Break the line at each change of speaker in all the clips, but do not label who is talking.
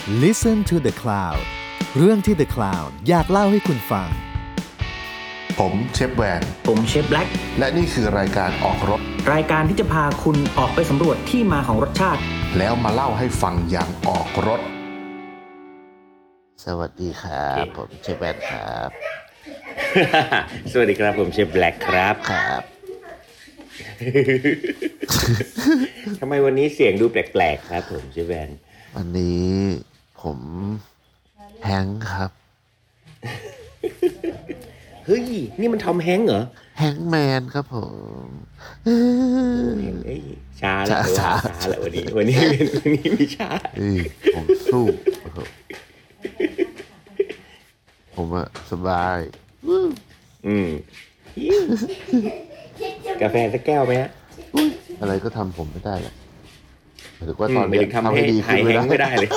Listen to the Cloud เรื่องที่ The Cloud อยากเล่าให้คุณฟัง
ผมเชฟแวน
ผมเชฟแบล็ก
และนี่คือรายการออกรถ
รายการที่จะพาคุณออกไปสำรวจที่มาของรสชาติ
แล้วมาเล่าให้ฟังอย่างออกรถ
สวัสดีครับผมเชฟแวนครับ
สวัสดีครับผมเชฟแบล็กครับ
ครับ
ทำไมวันนี้เสียงดูแปลกๆครับผมเชฟแวน
วันนี้ผมแฮงค์ครับ
เฮ้ยนี่มันทอมแฮงค์เหรอ
แฮงค์แมนครับผม
ช้าแล้ววันนี้มีช้า
ผมสู้ผมอะสบาย
กาแฟสักแก้วไหมฮะ
อะไรก็ทำผมไม่ได้แหละถือว่าตอนนี้
ทำให้ดีขึ้นไม่ได้เลย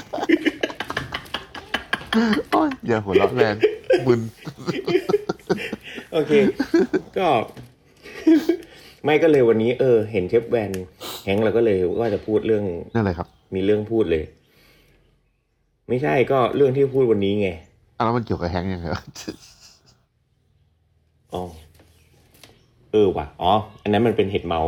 โอ๊ยอย่าหัวเราะแรงมึน
โอเคก็ไม่ก็เลยวันนี้เห็นเชฟแวนแฮงค์เราก็เลยว่าจะพูดเรื่อง
นั่นอะไรครับ
มีเรื่องพูดเลยไม่ใช่ก็เรื่องที่พูดวันนี้ไง
แล้วมันเกี่ยวกับแฮงค์ยังไง
อ๋อว่ะอ๋ออันนั้นมันเป็นเห็ดเมา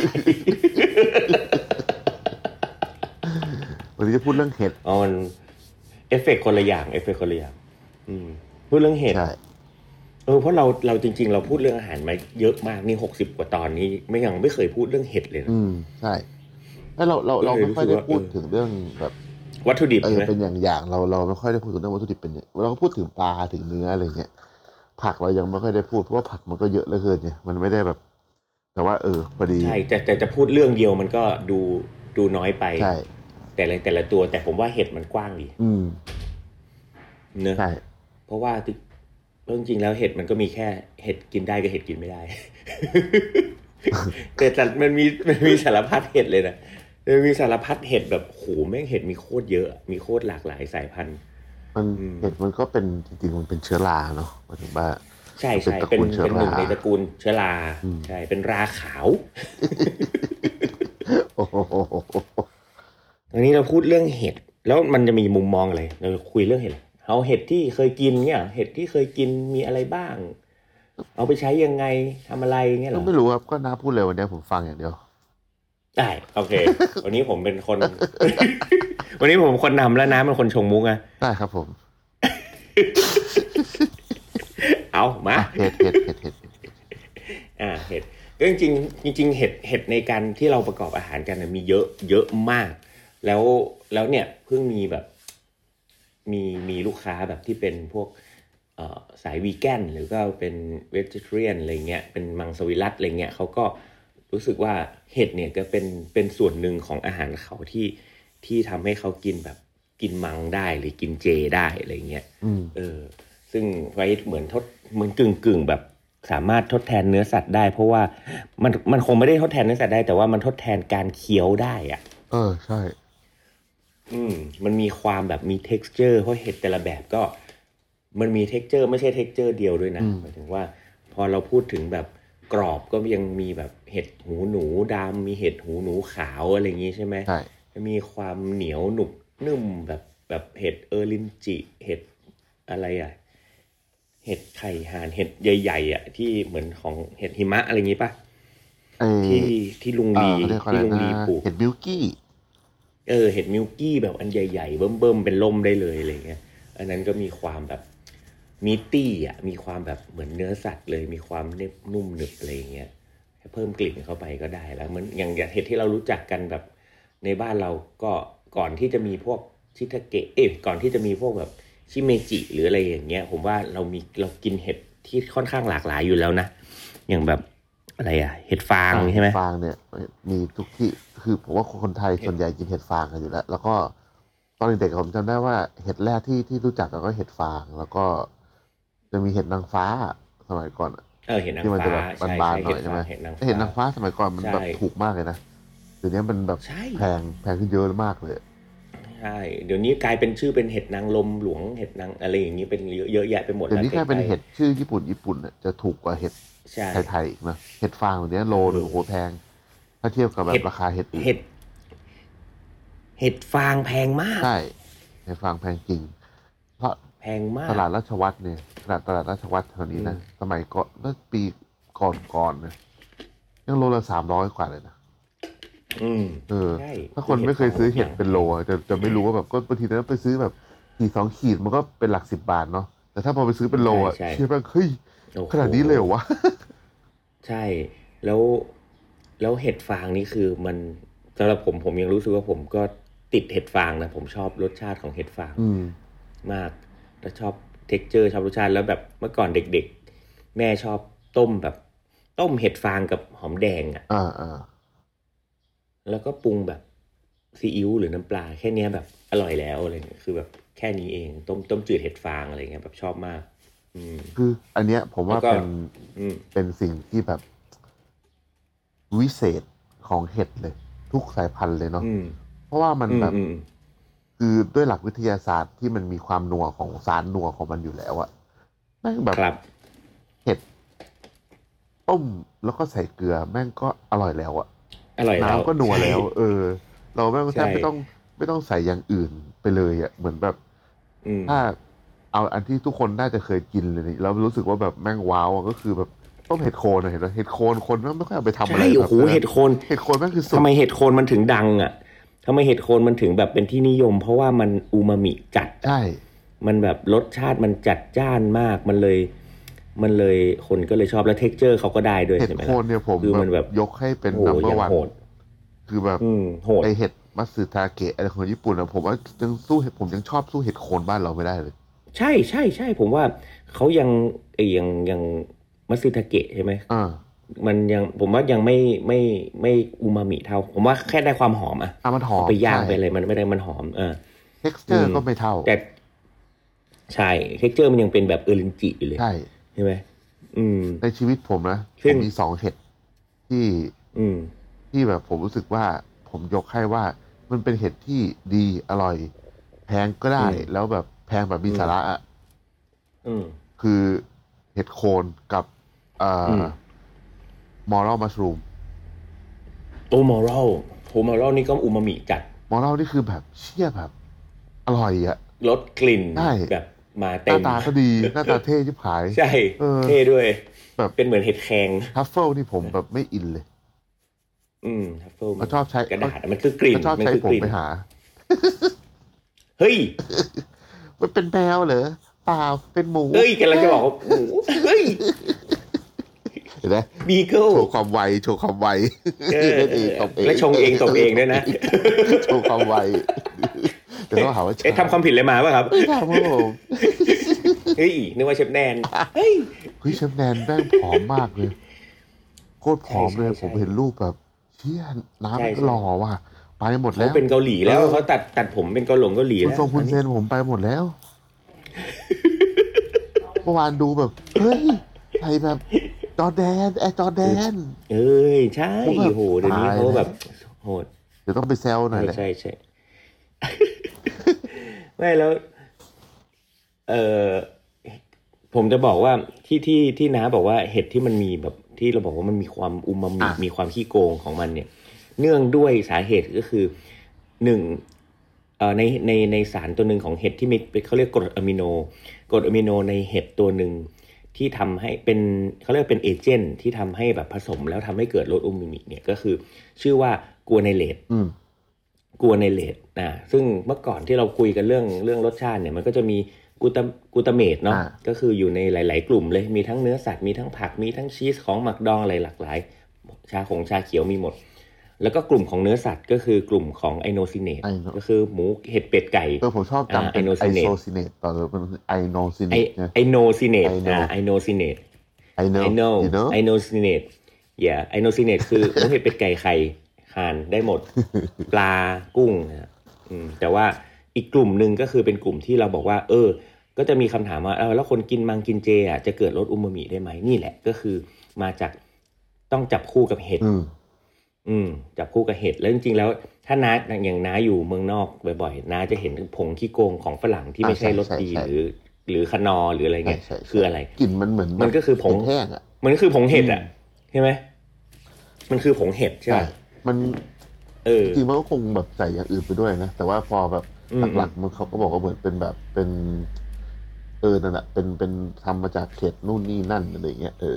วันนี้จะพูดเรื่องเห็ด
อ๋อมันเอฟเฟกต์คนละอย่างพูดเรื่องเห็ดเพราะเราจริงๆเราพูดเรื่องอาหารมาเยอะมากนี่60กว่าตอนนี้ไม่เคยพูดเรื่องเห็ดเลยนะ
ใช่แล้วเราไม่ค่อยได้พูดถึงเรื่องแบบ
วัตถุดิบ
เป็นอย่างเราไม่ค่อยได้พูดถึงเรื่องวัตถุดิบเป็นเนี่ยเราก็พูดถึงปลาถึงเนื้ออะไรเงี้ยผักเรายังไม่ค่อยได้พูดเพราะว่าผักมันก็เยอะเหลือเกินเนี่ยมันไม่ได้แบบแต่ว่าพอดี
ใช่แต่จะพูดเรื่องเดียวมันก็ดูน้อยไป
ใช่
แต่ละตัวแต่ผมว่าเห็ดมันกว้างดีเนอะ
ใช่
เพราะว่าจริงๆแล้วเห็ดมันก็มีแค่เห็ดกินได้กับเห็ดกินไม่ได้ แต่มันมีสารพัดเห็ดเลยนะมีสารพัดเห็ดแบบโหแม่งเห็ดมีโคตรเยอะมีโคตรหลากหลายสายพันธุ์
เห็ดมันก็เป็นจริงๆมันเป็นเชื้อราเนาะหมายถึงว่า
ใช่เป็นหนึ่งในตระกูลเชื้อราใช่เป็นราขาววันนี้เราพูดเรื่องเห็ดแล้วมันจะมีมุมมองอะไรเราคุยเรื่องเห็ดเอาเห็ดที่เคยกินเนี่ยเห็ดที่เคยกินมีอะไรบ้างเอาไปใช้ยังไงทำอะไรเงี้ยหรอ
ไม่รู้ครับก็น้าพูดเลยวันนี้ผมฟังอย่างเดียว
ได้โอเค วันนี้ผมเป็นคน วันนี้ผมคนนำแล้วน้าเป็นคนชงมุกอ่ะ
ได้ครับผม
เอามา
เห็ด
เห็ดก็จริงเห็ดในการที่เราประกอบอาหารกันมีเยอะมากแล้วเนี่ยเพิ่งมีแบบมีลูกค้าแบบที่เป็นพวกสายวีแกนหรือก็เป็นเวจิเทเรียนอะไรเงี้ยเป็นมังสวิรัติอะไรเงี้ยเขาก็รู้สึกว่าเห็ดเนี่ยก็เป็นส่วนหนึ่งของอาหารเขาที่ทำให้เขากินแบบกินมังได้หรือกินเจได้อะไรเงี้ยซึ่งไว้เหมือนกึ่งแบบสามารถทดแทนเนื้อสัตว์ได้เพราะว่ามันคงไม่ได้ทดแทนเนื้อสัตว์ได้แต่ว่ามันทดแทนการเคี้ยวได้อ่ะ
ใช่
มันมีความแบบมี texture เพราะเห็ดแต่ละแบบก็มันมี texture ไม่ใช่ texture เดียวด้วยนะหมายถึงว่าพอเราพูดถึงแบบกรอบก็ยังมีแบบเห็ดหูหนูดำมีเห็ดหูหนูขาวอะไรอย่างงี้ใช่ไหม
ใช่
จะมีความเหนียวหนุบนุ่มแบบเห็ดลินจิเห็ดอะไรอ่ะเห็ดไข่ห่านเห็ดใหญ่ๆอ่ะที่เหมือนของเห็ดหิมะอะไรอย่างงี้ป่ะที่ลุงลีปลูก
เห็ดมิลกี้
เห็ดมิลกี้แบบอันใหญ่ๆเบิ่มๆเป็นล่มได้เลยอะไรเงี้ยอันนั้นก็มีความแบบมีตี้อ่ะมีความแบบเหมือนเนื้อสัตว์เลยมีความนุ่มหนึบอะไรเงี้ยเพิ่มกลิ่นเข้าไปก็ได้แล้วเหมือนอย่างเห็ดที่เรารู้จักกันแบบในบ้านเราก็ก่อนที่จะมีพวกชิทาเกะก่อนที่จะมีพวกแบบชิเมจิหรืออะไรอย่างเงี้ยผมว่าเรากินเห็ดที่ค่อนข้างหลากหลายอยู่แล้วนะอย่างแบบอะไรอ่ะเห็ดฟางใช่ไหม
ฟางเนี่ยมีทุกที่คือผมว่าคนไทยส่วนใหญ่กินเห็ดฟางกันอยู่แล้วก็ตอนเด็กๆผมจำได้ว่าเห็ดแรกที่รู้จักก็เห็ดฟางแล้วก็จะมีเห็ดนางฟ้าสมัยก่อน
เห็ดนาง
ที่มันจะ
ฟ้า
แบบบานๆหน่อยใช่ไหมเห็ดนางฟ้าสมัยก่อนมันแบบถูกมากเลยนะเดี๋ยวนี้มันแบบแพงขึ้นเยอะมากเลย
ใช่เดี๋ยวนี้กลายเป็นชื่อเป็นเห็ดนางลมหลวงเห็ดนางอะไรอย่างนี้เป็นเยอะแยะไปหมด
เดี๋ยวนี้กลายเป็นเห็ดชื่อญี่ปุ่นเนี่ยจะถูกกว่าเห็ดไทยอีกนะเห็ดฟางตัวนี้โลนึงโอ้โหแพงถ้าเทียบกับแบบราคาเห็ด
ฟางแพงมาก
ใช่เห็ดฟางแพงจริงเพราะ
แพงมาก
ตลาดราชวัฒน์เนี่ยตลาดราชวัฒน์แถวนี้นะสมัยก่อนเมื่อปีก่อนเนี่ยยังโลละ300 กว่าเลยนะ
ใช่
ถ้าคนไม่เคยซื้อเห็ดเป็นโลจะไม่รู้ว่าแบบก็บางทีนั้นไปซื้อแบบขีด 2 ขีดมันก็เป็นหลัก10 บาทเนาะแต่ถ้าพอไปซื้อเป็นโลอ่ะเชื่อป่ะเฮ้ยขนาดนี้เลยเหรอวะ
ใช่แล้วเห็ดฟางนี่คือมันสำหรับผมยังรู้สึกว่าผมก็ติดเห็ดฟางนะผมชอบรสชาติของเห็ดฟางมากแล้วชอบเท็กเจอร์ชอบรสชาติแล้วแบบเมื่อก่อนเด็กๆแม่ชอบต้มเห็ดฟางกับหอมแดงอ่ะแล้วก็ปรุงแบบซีอิ๊วหรือน้ำปลาแค่นี้แบบอร่อยแล้วอะไรเงี้ยคือแบบแค่นี้เองต้มจืดเห็ดฟางอะไรเงี้ยแบบชอบมาก
คืออันเนี้ยผมว่าเป็นสิ่งที่แบบวิเศษของเห็ดเลยทุกสายพันธุ์เลยเนาะเพราะว่ามันแบบคือด้วยหลักวิทยาศาสตร์ที่มันมีความนัวของสารนัวของมันอยู่แล้วอะแม่งแบบเห็ดต้มแล้วก็ใส่เกลือแม่งก็อร่อยแล้วอะ
อร่อยแล้ว
น้ำก็นัวแล้วเราแม่งแทบไม่ต้องใส่อย่างอื่นไปเลยอะเหมือนแบบถ้าเอาอันที่ทุกคนน่าจะเคยกินเลยนี่แล้วรู้สึกว่าแบบแม่งว้าวก็คือแบบต้มเห็ดโคนเห็นไหมเห็ดโคนคนไม่ค่อยเอาไปทำอะไร
โอ้โหเห็ดโคน
แม่งคือ
ทำไมเห็ดโคนมันถึงดังอ่ะทำไมเห็ดโคนมันถึงแบบเป็นที่นิยมเพราะว่ามันอูมามิจัด
ใช่
มันแบบรสชาติมันจัดจ้านมากมันเลยคนก็เลยชอบแล้วเท็กเจอร์เขาก็ได้ด้วย
ใช่ไหมเห็ดโคนเนี่ยผม
คือมันแบบ
ยกให้เป็นนัมเบอร์วันคือแบบไอเห็ดมัตสึทาเกะอะไรของญี่ปุ่นอะผมว่าผมยังชอบสู้เห็ดโคนบ้านเราไม่ได้เลย
ใช่ผมว่าเขายังมัตสึทาเกะใช่ไหมมันยังผมว่ายังไม่อูมามิเท่าผมว่าแค่ได้ความหอม
มันหอม
ไปย่างไปเลยมันไม่ได้มันหอม
texture ก็ไม่เท่า
แต่ใช่ texture มันยังเป็นแบบรินจิอยู่เลยใช่ไหม
ในชีวิตผมนะมี2 เห็ดที่แบบผมรู้สึกว่าผมยกให้ว่ามันเป็นเห็ดที่ดีอร่อยแพงก็ได้แล้วแบบแพงแบบมีสาระอ่ะคือเห็ดโคนกับมอรัลมัชรูม
มอรัลนี่ก็อูมามิจัด
มอรัลนี่คือแบบเชี่ยแบบอร่อยอะ
รสกลิ่นแบบมาเต็ม
หน้าตาก็ดีหน้าตาเท่ชิบหาย
ใช่เท่ด้วยแบบเป็นเหมือนเห็ดแครง
ทัฟเฟิลนี่ผมแบบไม่อินเลย
ทัฟเฟิล
มันชอบใช้
กระดาษมันคือกลิ่น
ชอบใช้ผมไปหา
เฮ้ย
มันเป็นแมวเหรอเปล่าเป็นหมู
เฮ้ยกำลังจะบอกว่าหมูเฮ้ย
เห็นไหม
บีเกิล
โชว์ความไว
และชงเองตบเองด้วยนะ
โชว์ความไวเดี๋ยวต้องหาว่า
ทำความผิดอะไรมาป่ะครับ
ทำครับผม
เฮ้ยนึกว่าเชฟแนนเฮ้ย
เชฟแนนแม่งผอมมากเลยโคตรผอมเลยผมเห็นรูปแบบเชี่ยน้ำหล่อว่ะไปหมดแล้ว
เขาเป็นเกาหลีแล้วเขาตัดผมเป็นเกาหลีแล้ว
คุณเซนผมไปหมดแล้วเมื่อวานดูแบบเฮ้ยใส่แบบจอร์แดน
ใช่โหเดี๋ยวนี้เขาแบบโหด
เดี๋ยวต้องไปแซวหน่อย
ใช่ไม่แล้วผมจะบอกว่าที่น้าบอกว่าเห็ดที่มันมีแบบที่เราบอกว่ามันมีความอูมามิมีความขี้โกงของมันเนี่ยเนื่องด้วยสาเหตุก็คือ1ในสารตัวหนึ่งของเห็ดที่มีเขาเรียกกรดอะมิโนในเห็ดตัวหนึ่งที่ทำให้เป็นเขาเรียกเป็นเอเจนต์ที่ทำให้แบบผสมแล้วทำให้เกิดรสอูมามิเนี่ยก็คือชื่อว่ากัวไนเลตซึ่งเมื่อก่อนที่เราคุยกันเรื่องรสชาติเนี่ยมันก็จะมีกูตาเมตเนาะก็คืออยู่ในหลายๆกลุ่มเลยมีทั้งเนื้อสัตว์มีทั้งผักมีทั้งชีสของหมักดองอะไรหลากหลายชาเขียวมีหมดแล้วก็กลุ่มของเนื้อสัตว์ก็คือกลุ่มของไอโนซิเนตก็คือหมูเห็ดเป็ดไก่
ผมชอบจำเป็นไอโซซิเนตต่อเลยเป็นไอโนซิเนต
ไอโนซิเนตไอโนซิเนตคือหมูเห็ดเป็ดไก่ไข่ห่านได้หมดปลากุ้งแต่ว่าอีกกลุ่มหนึ่งก็คือเป็นกลุ่มที่เราบอกว่าก็จะมีคำถามว่าแล้วคนกินมังกินเจจะเกิดรสอูมามิได้ไหมนี่แหละก็คือมาจากต้องจับคู่กับเห็ดจับคู่กับเห็ดแล้วจริงๆแล้วถ้าน้าอย่างน้าอยู่เมืองนอกบ่อยๆน้าจะเห็นผงขี้โกงของฝรั่งที่ไม่ใช่รสดีหรือคนอหรืออะไรเงี้ยคืออะไร
กลิ่นมันเหมือน
มันก็คือผง
แห้ง
มันก็คือผงเห็ดใช่ไหมมันคือผงเห็ดใช่ไหม
มันจริงๆมันก็คงแบบใส่อย่างอื่นไปด้วยนะแต่ว่าพอแบบหลักๆมันเขาก็บอกว่าเหมือนเป็นแบบเป็นนั่นแหละเป็นทำมาจากเห็ดนู่นนี่นั่นอะไรเงี้ย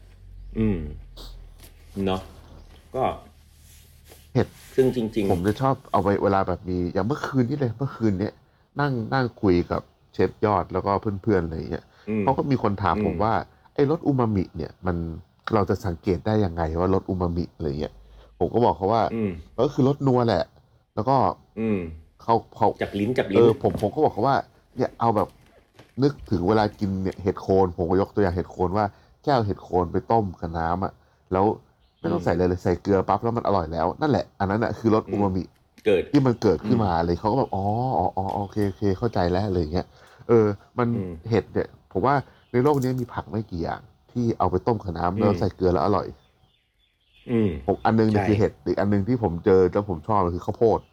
เนาะก็
เห็ด
ซึ่งจริง
ๆผมจะชอบเอาไว้เวลาแบบมีอย่างเมื่อคืนนี้เลยเมื่อคืนเนี้ยนั่งคุยกับเชฟยอดแล้วก็เพื่อนๆอะไรเงี้ยเขาก็มีคนถามผมว่าไอ้รสอูมามิเนี่ยมันเราจะสังเกตได้ยังไงว่ารสอูมามิอะไรเงี้ยผมก็บอกเขาว่าก็คือรสนัวแหละแล้วก็เขา
จับลิ้น
ผมก็บอกเขาว่าเนี่ยเอาแบบนึกถึงเวลากินเนี่ยเห็ดโคนผมก็ยกตัวอย่างเห็ดโคนว่าแก้วเห็ดโคนไปต้มกับน้ำอ่ะแล้วไม่ต้องใส่เลยใส่เกลือปั๊บแล้วมันอร่อยแล้วนั่นแหละอันนั้นอ่ะคือรสอูมามิที่มันเกิดขึ้นมาเลยเขาก็แบบอ๋อโอเคเข้าใจแล้วอะไรเงี้ยมันเห็ดเนี่ยผมว่าในโลกนี้มีผักไม่กี่อย่างที่เอาไปต้มกับน้ำแล้วใส่เกลือแล้วอร่อยผมอันนึงเนี่ยคือเห็ดอีกอันนึงที่ผมเจอแล้วผมชอบคือข้าวโพด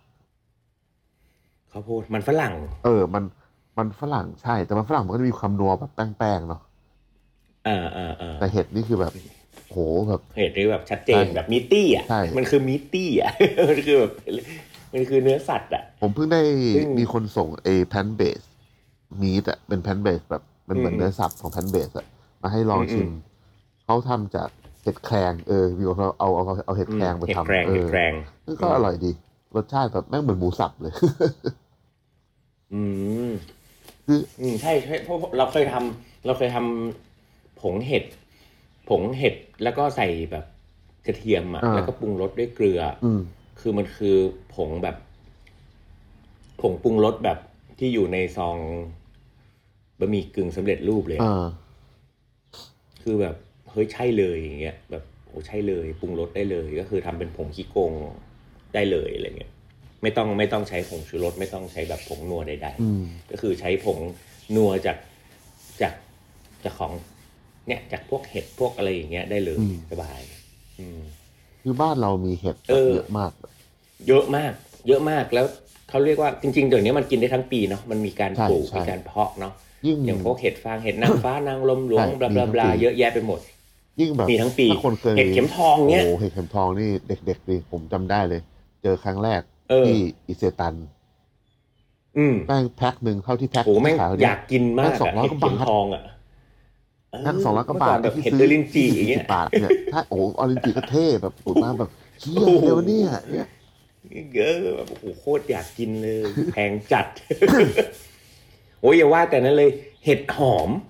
มันฝรั่ง
มันฝรั่งใช่แต่มันฝรั่งมันก็จะมีความนัวแบบแป้งๆเนาะแต่เห็ดนี่คือแบบโหแบบ
เห็ดนี่แบบชัดเจนแบบมีตี้อ่ะมันคือมีตี้อ่ะมันคือแบบมันคือเนื้อสัตว์อ่ะ
ผมเพิ่งได้มีคนส่งแพนเบสมีดอ่ะเป็นแพนเบสแบบมันเหมือนเนื้อสัตว์ของแพนเบสอ่ะมาให้ลองชิมเขาทำจากเห็ดแครงมีคนเอาเห็ดแครงไปทำ
เห็ดแครง
ซึ่งก็อร่อยดีรสชาติแบบแม่งเหมือนหมูสับเลย
ใช่เพราะเราเคยทำผงเห็ดแล้วก็ใส่แบบกระเทียมอ่ะแล้วก็ปรุงรสด้วยเกลือคือมันคือผงแบบผงปรุงรสแบบที่อยู่ในซองบะหมี่กึ่งสำเร็จรูปเลยคือแบบเฮ้ยใช่เลยอย่างเงี้ยแบบโอ้ใช่เลยปรุงรสได้เลยก็คือทำเป็นผงขี้โกงได้เลยอะไรเงี้ยไม่ต้องใช้ผงชูรสไม่ต้องใช้แบบผงนัวใดๆก็คือใช้ผงนัวจากของเนี่ยจากพวกเห็ดพวกอะไรอย่างเงี้ยได้เลยสบาย
คือบ้านเรามีเห็ดเยอะมาก
แล้วเขาเรียกว่าจริงๆเดี๋ยวนี้มันกินได้ทั้งปีเนาะมันมีการปลูกมีการเพาะเนาะอย่างพวกเห็ดฟางเห็ดนางฟ้านางลมหลวงบลาเยอะแยะไปหมด
ยิ่งแบบ
มีทั้งปีเห็ดเข็มทองเนี้ย
โอ้เห็ดเข็มทองนี่เด็กๆดิผมจำได้เลยเจอครั้งแรกที่อิเซตันแป้งแพ็คหนึ่งเท่าที่แพ็ค
ที่ขายอยากกินมาก
200 กว่าบาท
ทองอ่ะ
ทั้ง200 กว่าบาท
ที่ซื้อลิ้นจี่อย่างเงี้ย
10 บาทเนี่ยถ้าออรินจีก็เท่แบบอุดมาแบบเชี่ยเดี๋ยวเนี่ย
แบบโอ้โหโคตรอยากกินเลยแพงจัดโอ้ยอย่าว่าแต่นั้นเลยเห็ดหอม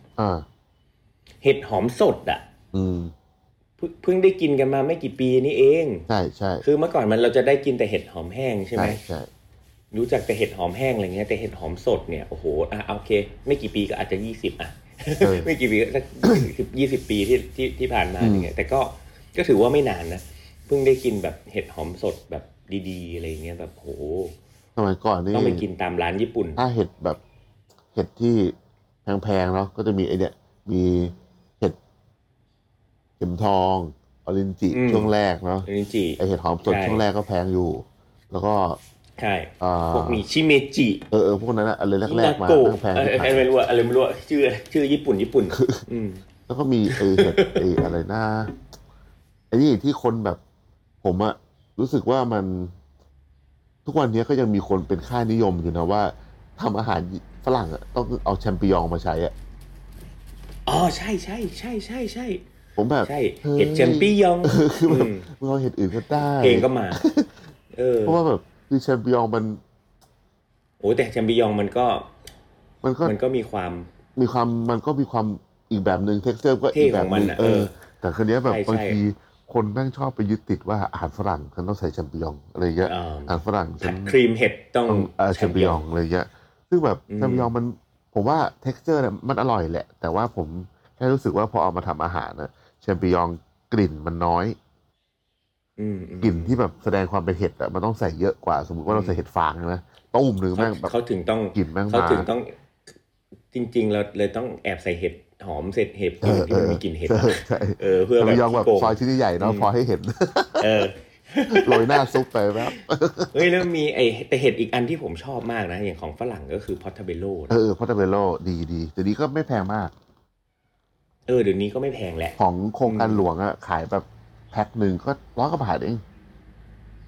สดอ่ะเพิ่งได้กินกันมาไม่กี่ปีนี้เอง
ใช่
คือเมื่อก่อนเราจะได้กินแต่เห็ดหอมแห้งใช่ไหมใช่รู้จักแต่เห็ดหอมแห้งอะไรเงี้ยแต่เห็ดหอมสดเนี่ยโอ้โหโอเคไม่กี่ปีก็อาจจะ20ไม่กี่ปีสัก20 ปีที่ผ่านมาอย่างเงี้ยแต่ก็ถือว่าไม่นานนะเพิ่งได้กินแบบเห็ดหอมสดแบบดีๆอะไรเงี้ยแบบโห
สมัยก่อนนี่
ต้องไปกินตามร้านญี่ปุ่น
ถ้าเห็ดแบบเห็ดที่แพงๆเนาะก็จะมีไอเนี่ยมีเห็ดเข็มทองออรินจิช่วงแรกเนาะ
ออรินจิ
ไอเห็ดหอมสดช่วงแรกก็แพงอยู่แล้วก็
ใช่พวกมีชิเมจิ
พวกนั้นอะอะไรแรกๆมา
แพงไม่รู้อะไรไม่รู้ชื่อญี่ปุ่น
แล้วก็มีไอเห็ดไออะไรนะไอนี่ที่คนแบบผมอะรู้สึกว่ามันทุกวันนี้ก็ยังมีคนเป็นค่านิยมอยู่นะว่าทำอาหารฝรั่งอะต้องเอาแชมปิญองมาใช้อะ
ใช่
ผมแบบ
ใช่เห็ดแชมปิญอง
คือแบบมึงเอาเห็ดอื่นก็ได้
เพลงก็มา
เพราะว่าแบบคือแชมปิญองมัน
โอ้แต่แชมปิญองมันก็มีความ
มันก็มีความอีกแบบนึงเท็กเจอร์ก็อีกแบบนึงแต่คราวนี้แบบบางทีคนแม่งชอบไปยึดติดว่าอาหารฝรั่งฉันต้องใส่แชมปิญองอะไรเงี้ยอาหารฝรั่ง
ผัดครีมเห็ดต้อง
แชมปิญองอะไรเงี้ยซึ่งแบบแชมปิญองมันผมว่าเท็กเจอร์เนี่ยมันอร่อยแหละแต่ว่าผมแค่รู้สึกว่าพอเอามาทำอาหารนะแชมปิญองกลิ่นมันน้อยกลิ่นที่แบบแสดงความเป็นเห็ดอะมันต้องใส่เยอะกว่าสมมติว่าเราใส่เห็ดฟางใช่ไหมต้มหนึ่งแม่งแบบ
เขาถึงต้อง
กลิ่นแม่งมา
เขาถึงต้องจริงๆเราเลยต้องแอบใส่เห็ดหอมเสร็จเห็ดที่มันมีกลิ่นเห็ด
เพื่อแบบซอยชิ้นใหญ่เนาะพอให้เห็นโรยหน้าซุปไปแบบ
แล้วมีแต่เห็ดอีกอันที่ผมชอบมากนะอย่างของฝรั่งก็คือพอร์ตาเบโล
พอร์ตาเบโลดีแต่นี้ก็ไม่แพงมาก
เดี๋ยวนี้ก็ไม่แพงแหละ
ของโครงการหลวงอะขายแบบแพ็คหนึ่งก็100 กว่าบาทเอง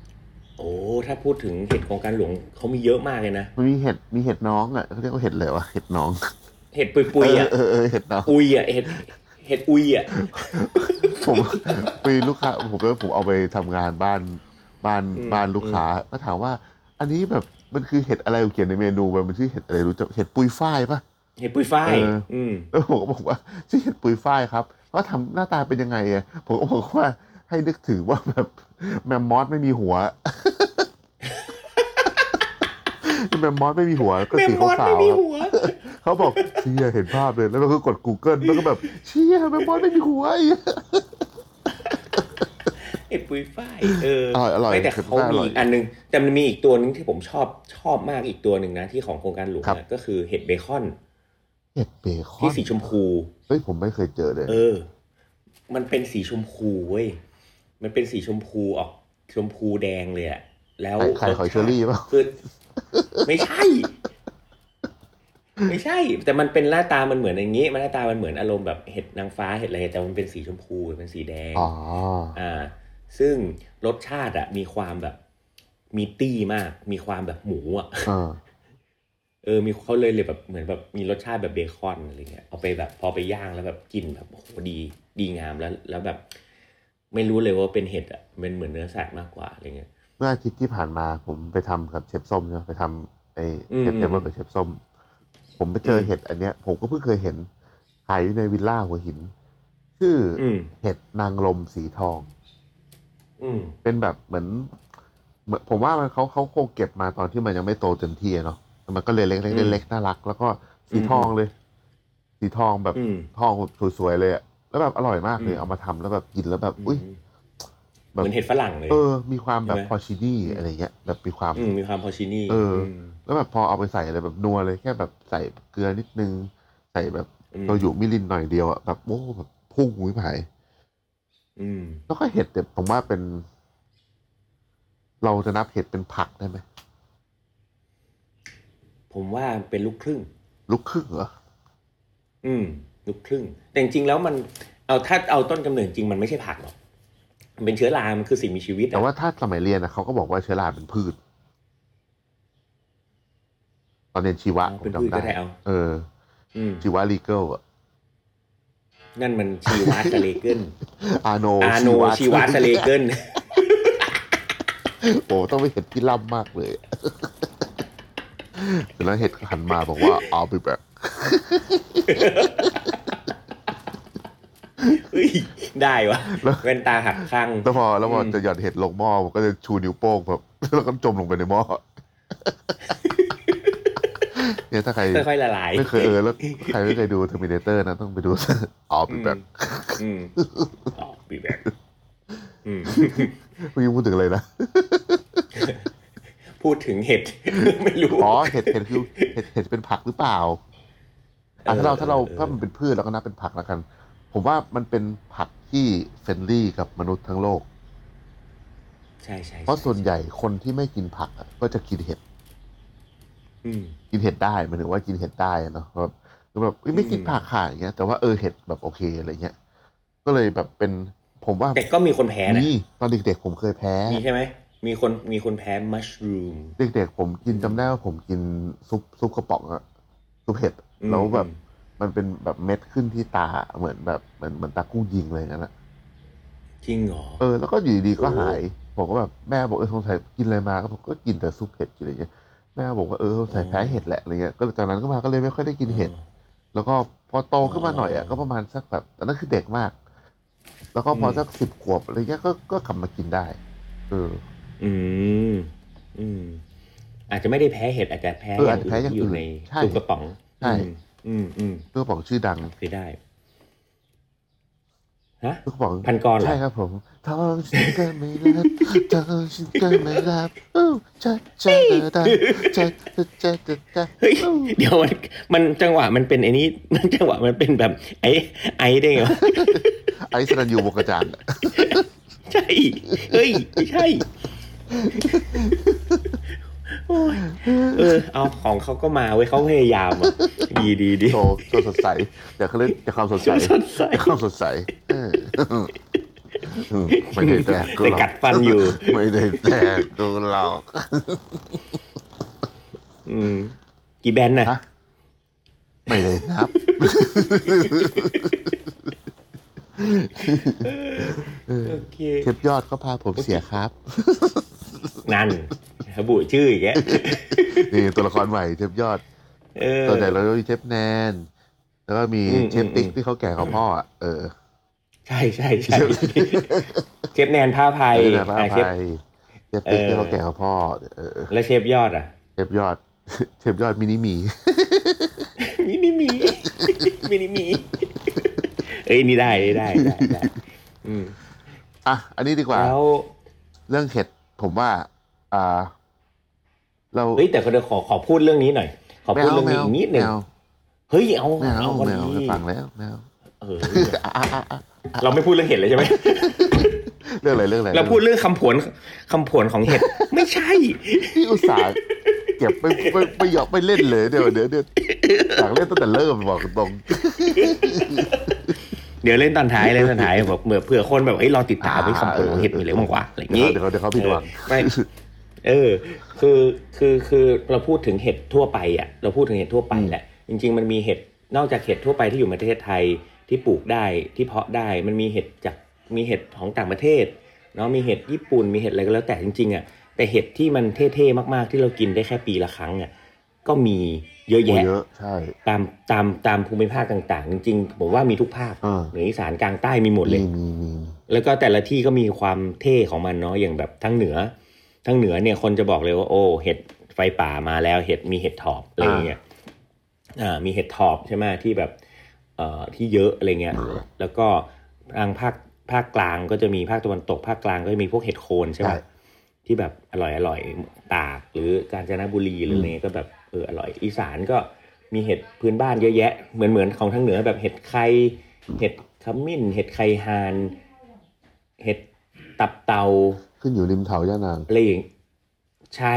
โอ้ถ้าพูดถึงเห็ดโครงการหลวงเขามีเยอะมากเลยนะ
มันมีเห็ดน้องอ่ะเขาเรียกว่าเห็ดอะไรวะเห็ดน้อง
เห็ดปุยๆอ่ะ
เห็ดน้อง
อุยอ่ะเห็ดอุยอ่ะ
ผมมีลูกค้าผมเอาไปทำงานบ้านลูกค้าก็ถามว่า อันนี้แบบมันคือเห็ดอะไรเขียนในเมนูมันชื่อเห็ดอะไรรู้จักเห็ดปุยฝ้ายปะ
เห็ดปุยฝ้าย
แล้วผมก็บอกว่าชื่อเห็ดปุยฝ้ายครับว่าทำหน้าตาเป็นยังไงอ่ะผมก็บอกว่าให้นึกถึงว่าแบบแมมมอสไม่มีหัวแมมมอสไม่มีหัวก็สีขาวๆเขาบอกเชี่ยเห็นภาพเลยแล้วเราก็กด Google แล้วก็แบบเชี่ยแมมมอสไม่มีหัว
เห็ดปุยฝ้าย
อร่อย
แต่เขามีอีกอันนึงแต่มันมีอีกตัวนึงที่ผมชอบมากอีกตัวนึงนะที่ของโครงการหลวงก็คือเห็ดเบคอนที่สีชมพู
เฮ้ยผมไม่เคยเจอเลย
มันเป็นสีชมพูเว้ยมันเป็นสีชมพูออกชมพูแดงเลยอะแล้ว
ไข่หอยเชอรี่ป่ะ
คือไม่ใช่แต่มันเป็นหน้าตามันเหมือนอย่างงี้มันหน้าตามันเหมือนอารมณ์แบบเห็ดนางฟ้าเห็ดอะไรแต่มันเป็นสีชมพูเป็นสีแดงซึ่งรสชาติอะมีความแบบมีตี้มากมีความแบบหมูอะมีเขาเลยแบบเหมือนแบบมีรสชาติแบบเบคอนอะไรเงี้ยเอาไปแบบพอไปย่างแล้วแบบกินแบบโอ้โหดีงามแล้วแบบไม่รู้เลยว่าเป็นเห็ดอ่ะมันเหมือนเนื้อสัตว์มากกว่าอะไรเงี้ย
เมื่ออาทิตย์ที่ผ่านมาผมไปทำกับเชฟส้มเนี่ยไปทำเห็ดเทมเบอร์กับเชฟส้มผมไปเจอเห็ดอันเนี้ยผมก็เพิ่งเคยเห็นขายอยู่ในวิลล่าหัวหินชื่อเห็ดนางลมสีทองเป็นแบบเหมือนผมว่าเขาคงเก็บมาตอนที่มันยังไม่โตเต็มที่เนาะมันก็เลยเล็กน่ารักแล้วก็สีทองเลยสีทองแบบทองสวยๆเลยอะแล้วแบบอร่อยมากเลยเอามาทำแล้วแบบกินแล้วแบบอุ้ย
เหมือนเห็ดฝรั่งเลย
มีความแบบพอชินี่อะไรเงี้ยแบบมีความ
พอชินี่
แล้วแบบพอเอาไปใส่อะไรแบบนัวเลยแค่แบบใส่เกลือนิดนึงใส่แบบโชยุมิรินหน่อยเดียวอะแบบโอ้แบบพุ่งหุ้ยผายแล้วก็เห็ดเนี่ยผมว่าเป็นเราจะนับเห็ดเป็นผักได้ไหม
ผมว่าเป็นลูกครึ่ง
เหรอ
ลูกครึ่งแต่จริงๆแล้วมันถ้าเอาต้นกำเนิดจริงมันไม่ใช่ผักหรอกมันเป็นเชื้อรามันคือสิ่งมีชีวิต
แต่ว่าถ้าสมัยเรียนนะเขาก็บอกว่าเชื้อราเป็นพืชตอนเรียนชีวะผมจำได้ชีวะลีเกิลอ่ะ
นั่นมันชีวะสเลเกิล
อาโน
ชีวะสเลเกิล
โอ้ต้องไปเห็นที่ล่ำมากเลยแล้วเห็ดหันมาบอกว่าเอาไปแบบ
ได้วะแว่นตาหักข้าง
แล้วพอจะหย่อนเห็ดลงหม้อผมก็จะชูนิ้วโป้งแบบแล้วก็จมลงไปในหม้อเนี่ยถ้าใคร
ค่อยๆละลาย
ไม่เคยแล้วใครไม่เคยดู Terminator นะต้องไปดูเอาไปแบบพี่พูดถึงอะไรนะ
พูดถึงเห็ดไม่รู้
เห็ดคือเห็ดเป็นผักหรือเปล่าถ้ามันเป็นพืชเราก็นับเป็นผักแล้วกันผมว่ามันเป็นผักที่เฟรนลี่กับมนุษย์ทั้งโลก
ใช่
เพราะส่วนใหญ่คนที่ไม่กินผักก็จะกินเห็ดกินเห็ดได้หมายถึงว่ากินเห็ดได้เนาะแบบไม่กินผักค่ะอย่างเงี้ยแต่ว่าเห็ดแบบโอเคอะไรเงี้ยก็เลยแบบเป็นผมว่า
แต่ก็มีคนแพ้นะ
ตอนเด็กๆผมเคยแพ้
มีใช่ไหมมีคนแพ้มัชรูม
เด็กๆผมกินจำได้ว่าผมกินซุปกระป๋องอะซุปเห็ดแล้วแบบมันเป็นแบบเม็ดขึ้นที่ตาเหมือนแบบเหมือนตากุ้งยิงเลยนั่นแหละ
จริงเหรอ
แล้วก็อยู่ดีๆก็หายผมก็แบบแม่บอกสงสัยกินอะไรมาก็ผมก็กินแต่ซุปเห็ดอะไรเงี้ยแม่บอกว่าใส่แพ้เห็ดแหละอะไรเงี้ยก็จากนั้นก็มาก็เลยไม่ค่อยได้กินเห็ดแล้วก็พอโตขึ้นมาหน่อยก็ประมาณสักแบบแต่นั่นคือเด็กมากแล้วก็พอสัก10 ขวบอะไรเงี้ยก็กลับมากินได้
อาจจะไม่ได้แพ้เห็ดอาจจะแพ้อย่างอื่นอยู่ในซุปกระป๋อง
ใช่ซุปกระป๋องชื่อดัง
เคยได้ฮะ
ซุปกระป๋อง
พันกรเหรอ
ใช่ครับผมทองฉันก็ไม่รับทองฉันก็ไม่รับ
เฮ้ยเดี๋ยวมันจังหวะมันเป็นไอ้นี้มันจังหวะมันเป็นแบบไอ้ได้ไงวะ
ไอ้สรัญยูวงกระจาน
ใช่เฮ้ยไม่ใช่เอาของเขาก็มาเว้ยเขาพยายามอ่ะดี
โชว์สดใสแต่เขาเล่นแต่ความสดใสไม่ได้แดกกู
แต่
หรอก
กัดฟันอยู่
ไม่ได้แดกกูหรอก
กี่แบนน่ะ
ฮะไม่ได้นับ
โอเค
เชฟยอดก็พาผมเสียครับ
นั่นระบุชื่ออีกแก
นี่ตัวละครใหม่เชฟยอดตัวใหญ่เรามีเชฟแนนแล้วก็มีเชฟติ๊กที่เขาแก่กับพ่ออ่ะ
ใช่ใช่ใช่เชฟแนนผ้าภัย
เชฟติ๊กที่เขาแก่กับพ่อ
แล้วเชฟยอดอ่ะ
เชฟยอดมินิมี
มินิมีนี่ได้
อันนี้ดีกว่า
แล้ว
เรื่องเห็ดผมว่าเรา
แต่เขาจะขอพูดเรื่องนี้หน่อยขอพูดเรื่องนี้อีกนิดนึงเฮ้ยเอา
แมวฟังแล้วแมว
เราไม่พูดเรื่องเห็ดเลยใช่ไหม
เรื่องอะไร
เราพูดเรื่องคำผวนของเห็ดไม่ใช่
ที่อุตส่าห์เก็บไปหยอกไปเล่นเลยเดี๋ยวอยากเล่นตั้งแต่เริ่มบอกตรง
เดี๋ยวเล่นตอนท้ายแบบเผื่อคนแบบรอติดตามคำผวนของเห็ดมีอะไรบ้างวะอะไรอย่างงี้
เดี๋ยวเขาผิดหวัง
ไม่คือเราพูดถึงเห็ดทั่วไปอ่ะเราพูดถึงเห็ดทั่วไปแหละจริงๆมันมีเห็ดนอกจากเห็ดทั่วไปที่อยู่ในประเทศไทยที่ปลูกได้ที่เพาะได้มันมีเห็ดของต่างประเทศเนาะมีเห็ดญี่ปุ่นมีเห็ดอะไรก็แล้วแต่จริงๆอ่ะแต่เห็ดที่มันเท่ๆมากๆที่เรากินได้แค่ปีละครั้งอ่ะก็มีเยอะแยะ
ใช่
ตามภูมิภาคต่างๆจริงๆผมว่ามีทุกภาคเหนืออีสานกลางใต้มีหมดเลยแล้วก็แต่ละที่ก็มีความเท่ของมันเนาะอย่างแบบทั้งเหนือเนี่ยคนจะบอกเลยว่าโอ้เห็ดไฟป่ามาแล้วมีเห็ดถอบอะไรเงี้ยมีเห็ดถอบใช่ไหมที่แบบที่เยอะอะไรเงี้ยแล้วก็ทางภาคกลางก็จะมีภาคตะวันตกภาคกลางก็จะมีพวกเห็ดโคนใช่ไหมที่แบบอร่อยตากหรือกาญจนบุรีหรืออะไรเงี้ยก็แบบอร่อยอีสานก็มีเห็ดพื้นบ้านเยอะแยะเหมือนของทางเหนือแบบเห็ดไข่เห็ดขมิ้นเห็ดไข่ฮานเห็ดตับเตา
ขึ้นอยู่ริมเขาย่านาง
อะไรอย่างใช่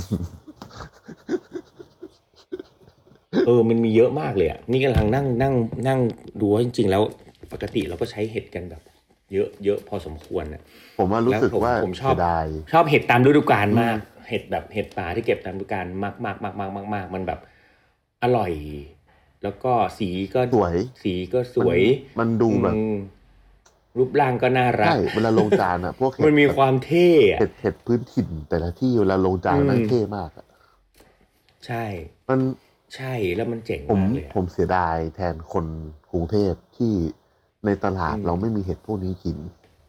มันมีเยอะมากเลยอ่ะนี่กำลังนั่งดูว่าจริงๆแล้วปกติเราก็ใช้เห็ดกันแบบเยอะพอสมควรนะ
ผมว่ารู้สึกว่า
ผมชอบเห็ดตามฤดูกาลมากเห็ดแบบเห็ดป่าที่เก็บตามฤดูกาลมากมันแบบอร่อยแล้วก็สีก็
สวยมันดูแบบ
รูปร่างก็น่ารัก
ใช่เวลาลงจานอ่ะพวก
มันมีความเท่
เห็ดพื้นถิ่นแต่ละที่เวลาลงจานมันเท่มากอ่ะ
ใช่
มัน
ใช่แล้วมันเจ๋งมากเลย
ผมเสียดายแทนคนกรุงเทพที่ในตลาดเราไม่มีเห็ดพวกนี้กิน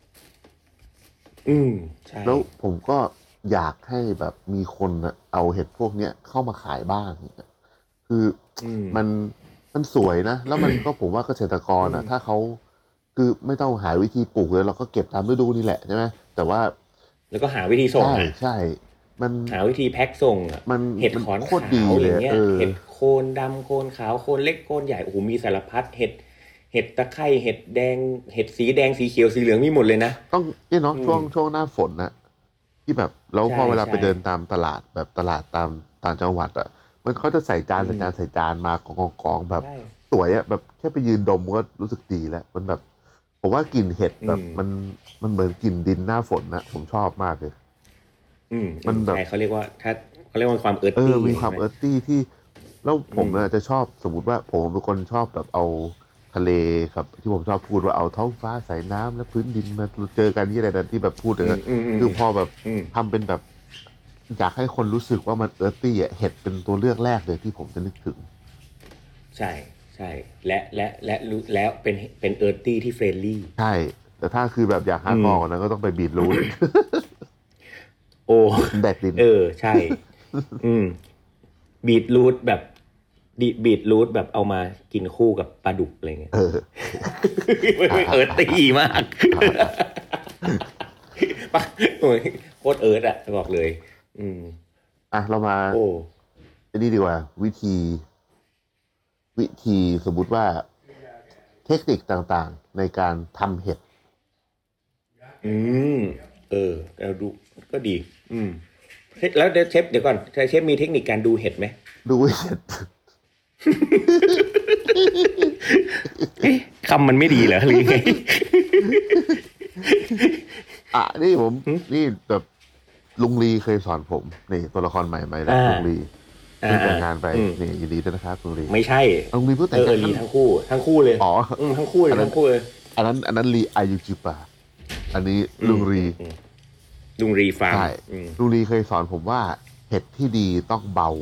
ใช่
แล้วผมก็อยากให้แบบมีคนเอาเห็ดพวกเนี้ยเข้ามาขายบ้างคือมันสวยนะแล้วมันก็ผมว่าเกษตรกรถ้าเขาคือไม่ต้องหาวิธีปลูกเลยเราก็เก็บตามฤดูนี่แหละใช่ไหมแต่ว่า
แล้วก็หาวิธีส่ง
ใช่มัน
หาวิธีแพ็คส่งเห็ดขอนขาวอย่างเงี้ยเห็ดโคนดำโคนขาวโคนเล็กโคนใหญ่โอ้โหมีสารพัดเห็ดตะไคร้เห็ดแดงเห็ดสีแดงสีเขียวสีเหลืองมีหมดเลยนะ
ต้องนี่เนาะช่วงหน้าฝนนะที่แบบแล้วพอเวลาไปเดินตามตลาดแบบตลาดตามต่างจังหวัดมันเขาจะใส่จานมากองแบบสวยแบบแค่ไปยืนดมก็รู้สึกดีแล้วมันแบบผมว่ากลิ่นเห็ดแบบมันเหมือนกลิ่นดินหน้าฝนนะผมชอบมากเลย
มันแบบเขาเรียกว่าความเอิร์ธตี้
มีความเอิร์ธตี้ที่แล้วผมจะชอบสมมติว่าผมเป็นคนชอบแบบเอาทะเลครับที่ผมชอบพูดว่าเอาท้องฟ้าสายน้ำและพื้นดินมาเจอกันที่อะไรที่แบบพูดเลยคือพอแบบทำเป็นแบบอยากให้คนรู้สึกว่ามันเอิร์ธตี้เห็ดเป็นตัวเลือกแรกเลยที่ผมจะนึกถึง
ใช่และเป็นเอิร์ธตี้ที่เฟรนลี่
ใช่แต่ถ้าคือแบบอยากฮาร์ดคอร์นะก็ต้องไปบีทรูท
โอ้
แดกดิน
ใช่บีทรูทแบบเอามากินคู่กับปลาดุกอะไรเงี้ยเอิร์ธตี้มากโคตรเอิร์ธอ่ะบอกเลย
เรามาอันนี้ดีกว่าวิธีสมมุติว่าเทคนิคต่างๆในการทำเห็ด
เราดูก็ดีแล้วเชฟเดี๋ยวก่อนเชฟมีเทคนิคการดูเห็ดไหม
ดูเห็ด
คำมันไม่ดีเหรอหรือไง
นี่ผมนี่แบบลุงลีเคยสอนผมนี่ตัวละครใหม่แล้วลุงลีเพิ่งแต่งงานไปนี่ยินดีด้วยนะครับลุงลี
ไม่ใช่
ลุงลีเพิ่งแต่งงาน
ลีทั้งคู่เลย
อ๋อ
ทั้งคู่เลย
อันนั้นลีอายุจิปาอันนี้ลุงลี
ฟาร์ม
ใช่ลุงลีเคยสอนผมว่าเห็ดที่ดีต้องเบา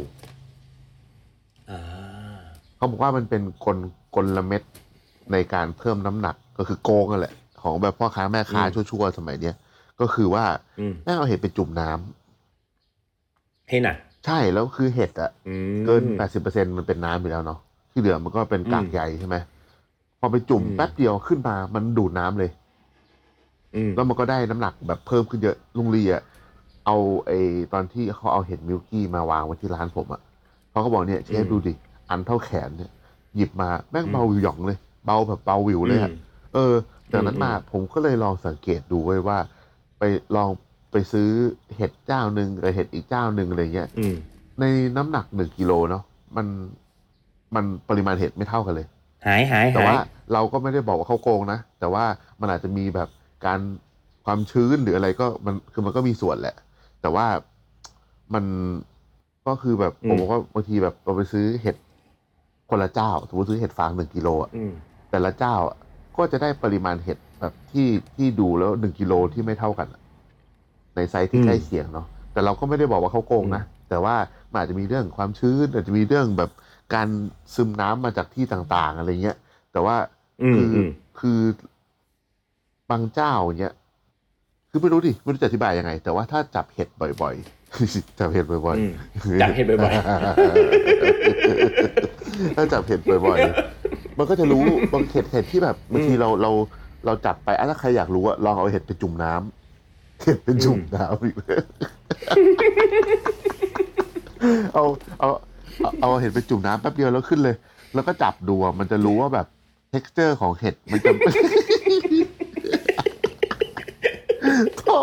เขาบอกว่ามันเป็นกลเม็ดในการเพิ่มน้ำหนักก็คือโกงนั่นแหละของแบบพ่อค้าแม่ค้าชั่วๆสมัยเนี้ยก็คือว่าแม่เอาเห็ดไปจุ่มน้ำ
ให้หนัก
ใช่แล้วคือเห็ดอ่ะเกิน 80% มันเป็นน้ำอยู่แล้วเนาะที่เหลือมันก็เป็นกากใยใช่ไหมพอไปจุ่มแป๊บเดียวขึ้นมามันดูดน้ำเลยแล้วมันก็ได้น้ำหนักแบบเพิ่มขึ้นเยอะลุงลีอ่ะเอาตอนที่เขาเอาเห็ดมิลกี้มาวางไว้ที่ร้านผมอ่ะเขาก็บอกเนี่ยเชฟดูดิอันเท่าแขนเนี่ยหยิบมาแม่งเบาวิวหย่องเลยเบาแบบเบาวิวเลยอ่ะจากนั้นมาผมก็เลยลองสังเกตดูไว้ว่าไปลองไปซื้อเห็ดเจ้าหนึ่งกับเห็ดอีกเจ้าหนึ่งอะไรเงี้ยในน้ำหนัก1 กิโลเนาะมันปริมาณเห็ดไม่เท่ากันเลย
หาย
แต่ว่าเราก็ไม่ได้บอกว่าเขาโกงนะแต่ว่ามันอาจจะมีแบบการความชื้นหรืออะไรก็มันก็มีส่วนแหละแต่ว่ามันก็คือแบบผมบอกว่าบางทีแบบเราไปซื้อเห็ดคนละเจ้าสมมติซื้อเห็ดฟาง1 กิโลอ่ะแต่ละเจ้าก็จะได้ปริมาณเห็ดแบบที่ดูแล้ว1 กิโลที่ไม่เท่ากันในไซส์ที่ใกล้เคียงเนาะแต่เราก็ไม่ได้บอกว่าเขาโกงนะแต่ว่ามันอาจจะมีเรื่องความชื้นอาจจะมีเรื่องแบบการซึมน้ำมาจากที่ต่างๆอะไรเงี้ยแต่ว่าคือบางเจ้าเนี้ยคือไม่รู้จะอธิบายยังไงแต่ว่าถ้าจับเห็ดบ่อยๆจับเห็ดบ่อย
ๆจับเห็ดบ่อย
ๆถ้าจับเห็ดบ่อยๆมันก็จะรู้บางเห็ดที่แบบบางทีเราจับไปถ้าใครอยากรู้อะลองเอาเห็ดไปจุ่มน้ำเห็ดเป็นจุ่มน้ำอีกเอาเห็ดไปจุ่มน้ำแป๊บเดียวแล้วขึ้นเลยแล้วก็จับดูมันจะรู้ว่าแบบ texture ของเห็ดมันจะโธ่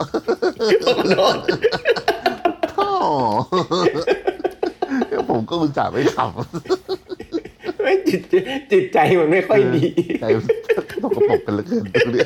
ผมก็อุตส่าห์ไม่ทำ
ไม่จิตใจมันไม่ค่อยดี
ใจตกกระปกกันเหลือเกินตรงนี้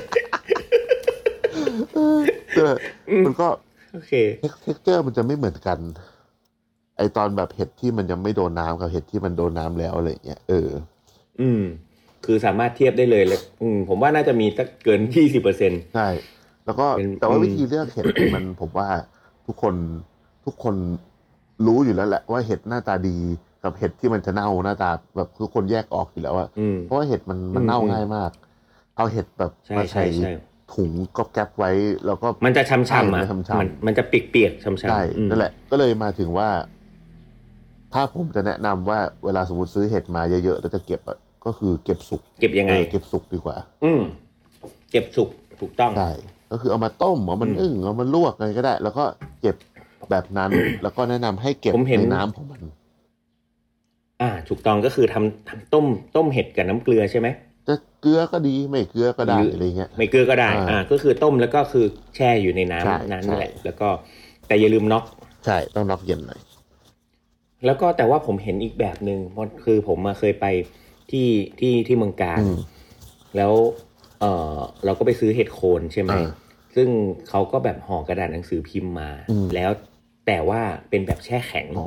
มันก็
โอเค
texture มันจะไม่เหมือนกันไอตอนแบบเห็ดที่มันยังไม่โดนน้ำกับเห็ดที่มันโดนน้ำแล้วอะไรเงี้ย
คือสามารถเทียบได้เลยผมว่าน่าจะมีสักเกิน 20%
ใช่แล้วก็แต่ว่าวิธีเลือกเห็ดมันผมว่าทุกคนรู้อยู่แล้วแหละว่าเห็ดหน้าตาดีกับเห็ดที่มันจะเน่าหน้าตาแบบทุกคนแยกออกอยู่แล้วเพราะว่าเห็ดมันเน่าง่ายมากเอาเห็ดแบบมาใส่ถุงก็แก๊บไว้แล้วก็
มันจะช้ำๆมันจะเปียกๆช้ำๆ
ใช่นั่นแหละก็เลยมาถึงว่าถ้าผมจะแนะนำว่าเวลาสมมติซื้อเห็ดมาเยอะๆแล้วจะเก็บก็คือเก็บสุก
เก็บยังไง
เก็บสุกดีกว่า
เก็บสุกถูกต้อง
ใช่ก็คือเอามาต้มเอามันเอามันลวกอะไรก็ได้แล้วก็เก็บแบบนั้นแล้วก็แนะนำให้เก็บในน้ำของมัน
ถูกต้องก็คือทำต้มเห็ดกับน้ำเกลือใช่ไหม
จะเกลือก็ดีไม่เกลือก็ได้อะไรเงี้ย
ไม่เกลือก็ได้ก็คือต้มแล้วก็คือแช่อยู่ในน้ำนั่นแหละแล้วก็แต่อย่าลืมน็อก
ใช่ต้องน็อกเย็นหน่อย
แล้วก็แต่ว่าผมเห็นอีกแบบนึงคือผมมาเคยไปที่เมืองกาญแล้วเราก็ไปซื้อเห็ดโคนใช่ไหมซึ่งเขาก็แบบห่อกระดาษหนังสือพิมพ์มาแล้วแต่ว่าเป็นแบบแช่แข็ง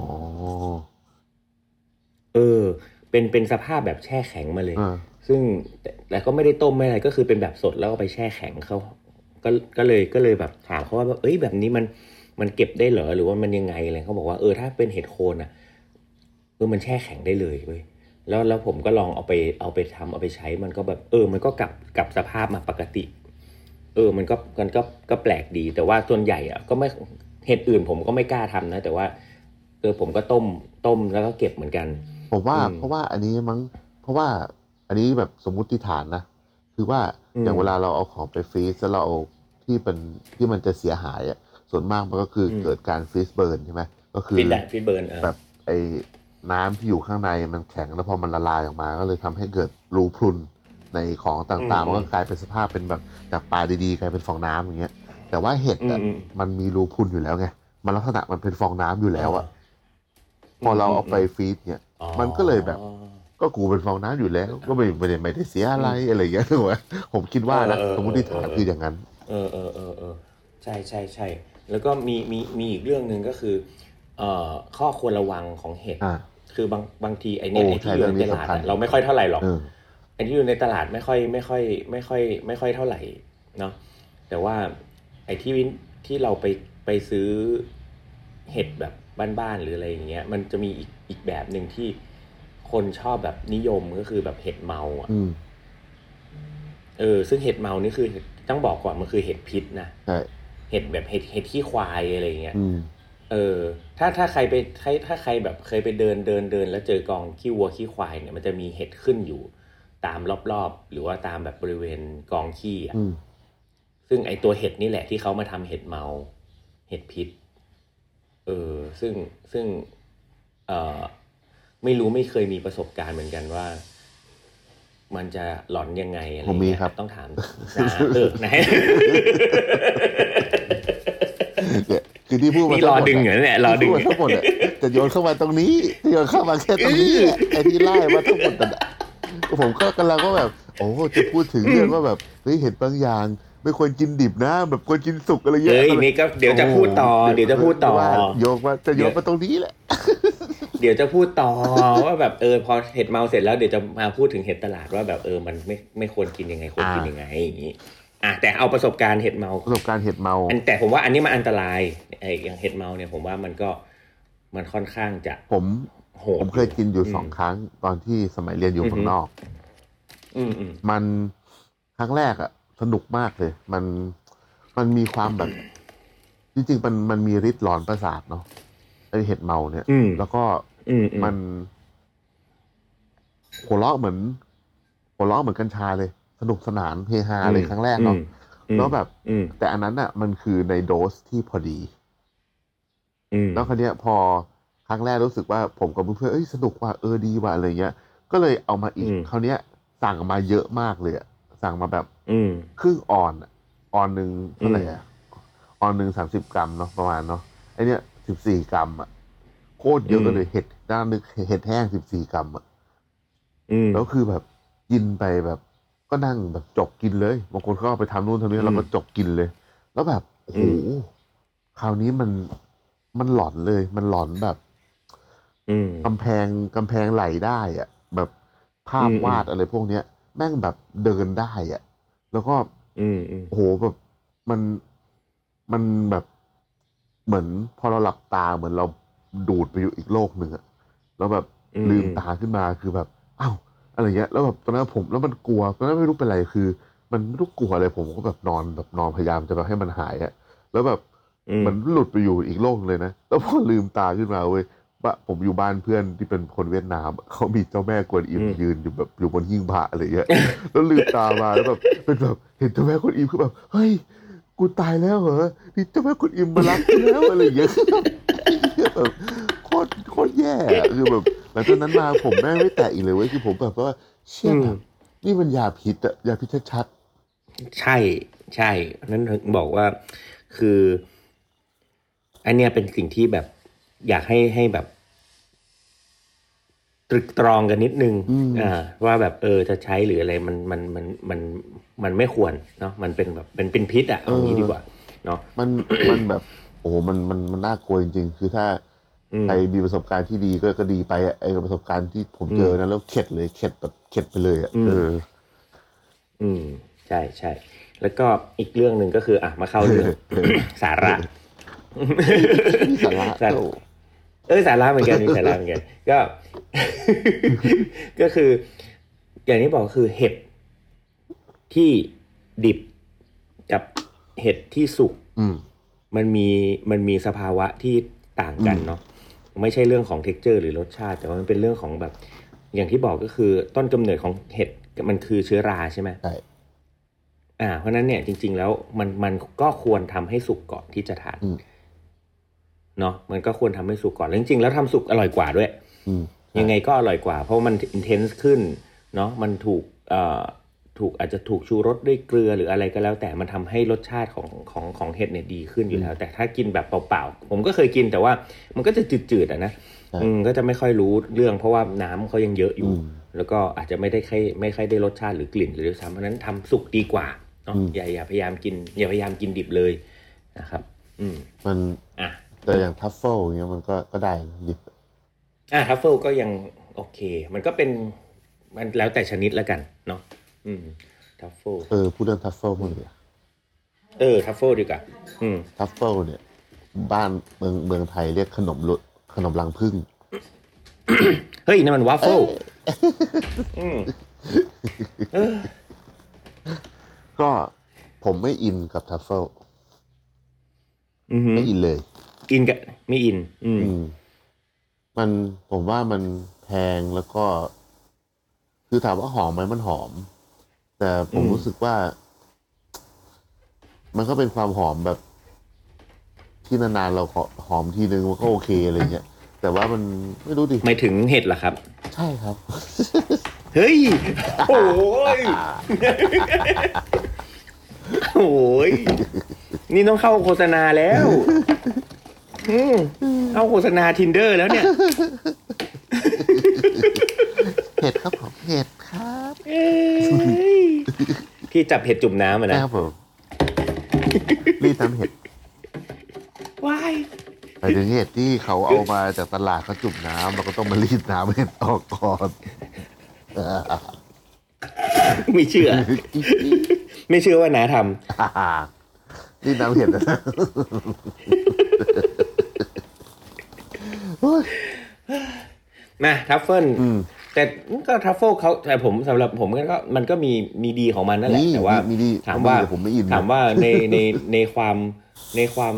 เป็นสภาพแบบแช่แข็งมาเลยซึ่งแต่ก็ไม่ได้ต้มไม่อะไรก็คือเป็นแบบสดแล้วก็ไปแช่แข็งเขาก็เลยแบบถามเขาว่าแบบนี้มันเก็บได้เหรอหรือว่ามันยังไงอะไรเขาบอกว่าถ้าเป็นเห็ดโคนมันแช่แข็งได้เลยเว้ยแล้วผมก็ลองเอาไปทำเอาไปใช้มันก็แบบมันก็กลับสภาพมาปกติมันก็แปลกดีแต่ว่าส่วนใหญ่ก็ไม่เห็ดอื่นผมก็ไม่กล้าทำนะแต่ว่าผมก็ต้มแล้วก็เก็บเหมือนกัน
ผมว่าเพราะว่าอันนี้มั้งเพราะว่าอันนี้แบบสมมุติฐานนะคือว่าอย่างเวลาเราเอาของไปฟรีซแล้วเราเอาที่มันจะเสียหายส่วนมากมันก็คือเกิดการฟรีซเบิร์นใช่ไหมก็คือ
ฟรีซเบิร์น
แบบไอ้น้ำที่อยู่ข้างในมันแข็งแล้วพอมันละลายออกมาก็เลยทำให้เกิดรูพรุนในของต่างๆมันก็กลายเป็นสภาพเป็นแบบจากปลาดีๆกลายเป็นฟองน้ำอย่างเงี้ยแต่ว่าเห็ดมันมีรูพรุนอยู่แล้วไงมันลักษณะมันเป็นฟองน้ำอยู่แล้วพอเราเอาไปฟรีซเนี่ยมันก็เลยแบบก็กูเป็นฟองน้ำอยู่แล้วก็ไม่ได้เสียอะไรอะไรอย่างเงี้ยถูกไหมผมคิดว่านะสมมติฐานคืออย่างนั้น
ใช่แล้วก็มีอีกเรื่องหนึ่งก็คือข้อควรระวังของเห็ดคือบางทีไอ้เนี่ยไอ้ที่อยู่ในตลาดเราไม่ค่อยเท่าไหร่หรอกไอ้ที่อยู่ในตลาดไม่ค่อยเท่าไหร่เนาะแต่ว่าไอ้ที่เราไปซื้อเห็ดแบบบ้านๆหรืออะไรอย่างเงี้ยมันจะมีอีกแบบหนึ่งที่คนชอบแบบนิยมก็คือแบบเห็ดเมาอ่ะซึ่งเห็ดเมานี่คือต้องบอกก่อนมันคือเห็ดพิษนะเห็ดแบบเห็ดขี้ควายอะไรอย่างเงี้ยถ้าใครแบบเคยไปเดินแล้วเจอกองขี้วัวขี้ควายเนี่ยมันจะมีเห็ดขึ้นอยู่ตามรอบๆหรือว่าตามแบบบริเวณกองขี้อ่ะซึ่งไอตัวเห็ดนี่แหละที่เขามาทำเห็ดเมาเห็ดพิษซึ่งไม่เคยมีประสบการณ์เหมือนกันว่ามันจะหลอนยังไงอะไรเงี้ยต้องถามไหน
คือที่พูดมา
รอดึงเหรอเนี่ยรอดึง
ทั้งหมดจะโยนเข้ามาตรงนี้โยนเข้ามาแค่ตรงนี้ไอ้ที่ไล่มาทั้งหมดผมก็กำลังก็แบบโอ้จะพูดถึงเรื่องว่าแบบเฮ้ยเห็ดบางอย่างไม่ควรกินดิบนะแบบควรกินสุกอะไรเงี้ย
นี่ก็เดี๋ยวจะพูดต่อ
โยกมาจะโยนมาตรงนี้แหละ
เดี๋ยวจะพูดต่อว่าแบบพอเห็ดเมาเสร็จแล้วเดี๋ยวจะมาพูดถึงเห็ดตลาดว่าแบบมันไม่ควรกินยังไงควรกินยังไงอย่างนี้แต่เอาประสบการณ์เห็ดเมาแต่ผมว่าอันนี้มันอันตรายอย่างเห็ดเมาเนี่ยผมว่ามันค่อนข้างจะ
ผมเคยกินอยู่2 ครั้งตอนที่สมัยเรียนอยู่ข้างนอกมันครั้งแรกสนุกมากเลยมันมีความแบบจริงๆมันมีฤทธิ์หลอนประสาทเนาะไอเห็ดเมาเนี่ยแล้วก็มันหัวเราะเหมือนกัญชาเลยสนุกสนานเฮฮาเลยครั้งแรกเนาะแล้วแบบแต่อันนั้นมันคือในโดสที่พอดีแล้วคราวนี้พอครั้งแรกรู้สึกว่าผมกับเพื่อนสนุกว่ะดีว่ะอะไรเงี้ยก็เลยเอามาอีกคราวนี้สั่งมาเยอะมากเลยสั่งมาแบบครึ่งออนหนึ่งเท่าไหร่ออนหนึ่ง30 กรัมเนาะประมาณเนาะไอเนี้ย14 กรัมโคตรเยอะเลยเห็ดด้านนึงเห็ดแห้ง14 กรัมแล้วคือแบบกินไปแบบก็นั่งแบบจกกินเลยบางคนก็เอาไปทำนู่นทำนี่เราก็จกกินเลยแล้วแบบโอ้โหคราวนี้มันหลอนเลยมันหลอนแบบกำแพงไหลได้แบบภาพวาดอะไรพวกเนี้ยแม่งแบบเดินได้แล้วก็โอ้โหแบบมันแบบเหมือนพอเราหลับตาเหมือนเราดูดไปอยู่อีกโลกหนึ่งแล้วแบบลืมตาขึ้นมาคือแบบอ้าวอะไรเงี้ยแล้วแบบตอนนั้นผมแล้วมันกลัวตอนนั้นไม่รู้เป็นไรคือมันไม่รู้กลัวอะไรผมก็แบบนอนพยายามจะแบบให้มันหายแล้วแบบมันหลุดไปอยู่อีกโลกเลยนะแล้วพอลืมตาขึ้นมาเว้ยผมอยู่บ้านเพื่อนที่เป็นคนเวียดนามเขามีเจ้าแม่กวนอิมยืนอยู่แบบอยู่บนหิ้งพระอะไรเงี้ยแล้วลืมตามาแล้วแบบเป็นแบบเห็นเจ้าแม่กวนอิมคือแบบเฮ้ยกูตายแล้วเหรอนี่เจ้าแม่กวนอิมมารับกูแล้วอะไรเงี้ยแบบโคตรแย่คือแบบหลังจากนั้นมาผมแม่ไม่แตะอีกเลยเว้ยคือผมแบบว่าเชี่ยนี่มันยาพิษยาพิษชัด
ๆใช่นั้นถึงบอกว่าคืออันเนี้ยเป็นสิ่งที่แบบอยากให้แบบตรึกตรองกันนิดนึงว่าแบบจะใช้หรืออะไรมันไม่ควรเนาะมันเป็นแบบเป็นพิษเอางี้ดีกว่าเนาะ
มันแบบโอ้มันน่ากลัวจริงๆคือถ้าใครมีประสบการณ์ที่ดีก็ดีไปไอ้ประสบการณ์ที่ผมเจอนะแล้วเข็ดแบบเข็ดไปเลย
ใช่แล้วก็อีกเรื่องหนึ่งก็คือมาเข้าเรื่อง สาระ
สาระ
สาระเหมือนกันมีสาระเหมือนกันก็คืออย่างที่บอกคือเห็ดที่ดิบกับเห็ดที่สุกมันมีสภาวะที่ต่างกันเนาะไม่ใช่เรื่องของ texture หรือรสชาติแต่ว่ามันเป็นเรื่องของแบบอย่างที่บอกก็คือต้นกำเนิดของเห็ดมันคือเชื้อราใช่ไหม
ใช่
เพราะนั้นเนี่ยจริงๆแล้วมันก็ควรทำให้สุกก่อนที่จะทานเนาะมันก็ควรทำให้สุกก่อนจริงๆแล้วทำสุกอร่อยกว่าด้วยยังไงก็อร่อยกว่าเพราะมัน intense ขึ้นเนาะมันถูกอาจจะถูกชูรสด้วยเกลือหรืออะไรก็แล้วแต่มันทำให้รสชาติของเห็ดเนี่ยดีขึ้นอยู่แล้วแต่ถ้ากินแบบเปล่าๆผมก็เคยกินแต่ว่ามันก็จะจืดๆนะก็จะไม่ค่อยรู้เรื่องเพราะว่าน้ำเขายังเยอะอยู่แล้วก็อาจจะไม่ค่อยได้รสชาติหรือกลิ่นหรือเพราะนั้นทำสุกดีกว่าเนาะอย่าพยายามกินดิบเลยนะครับ
มันแต่อย่างทัฟเฟิลอย่างเงี้ยมันก็ได้ดิบ
ทัฟเฟิลก็ยังโอเคมันก็เป็นมันแล้วแต่ชนิดแล้วกันเนาะทัฟเฟิล
พูดเรื่องทัฟเฟิลมั้งเนี่ย
ทัฟเฟิลดีกว่า
ทัฟเฟิลเนี่ยบ้านเมืองไทยเรียกขนมรังผึ้ง
เฮ้ยนั่นมันวาฟเฟิล
ก็ผมไม่อินกับทัฟเฟิลไม่อินเลย
อินกับไม่อิน
ผมว่ามันแพงแล้วก็คือถามว่าหอมไหมมันหอมแต่ผมรู้สึกว่ามันก็เป็นความหอมแบบที่นานๆเราหอมทีนึงมันก็โอเคอะไรเงี้ยแต่ว่ามันไม่รู้ดิ
ไม่ถึงเห็ดเหรอครับ
ใช่ครับ
เฮ้ยโอ้ยโอ้ยนี่ต้องเข้าโฆษณาแล้วเข้าโฆษณา Tinder แล้วเนี่ย
เห็ดครับผมเห็ดครับ
ที่จับเห็ดจุ่มน้ำนะ
ครับผมรีดน้ำเห็ด
ว้าย
ไปถึงเห็ดที่เขาเอามาจากตลาดเขาจุ่มน้ำเราก็ต้องมารีดน้ำเห็ดออกก่อน
ไม่เชื่อว่าน้าทำ
รีดน้ำเห็ดนะ
มาทัฟเฟิลแต่ก็ทัฟเฟิลเขาแต่ผมสำหรับผมก็มันก็มีดีของมันนั่นแหละแต่ว่าถามว่าในความ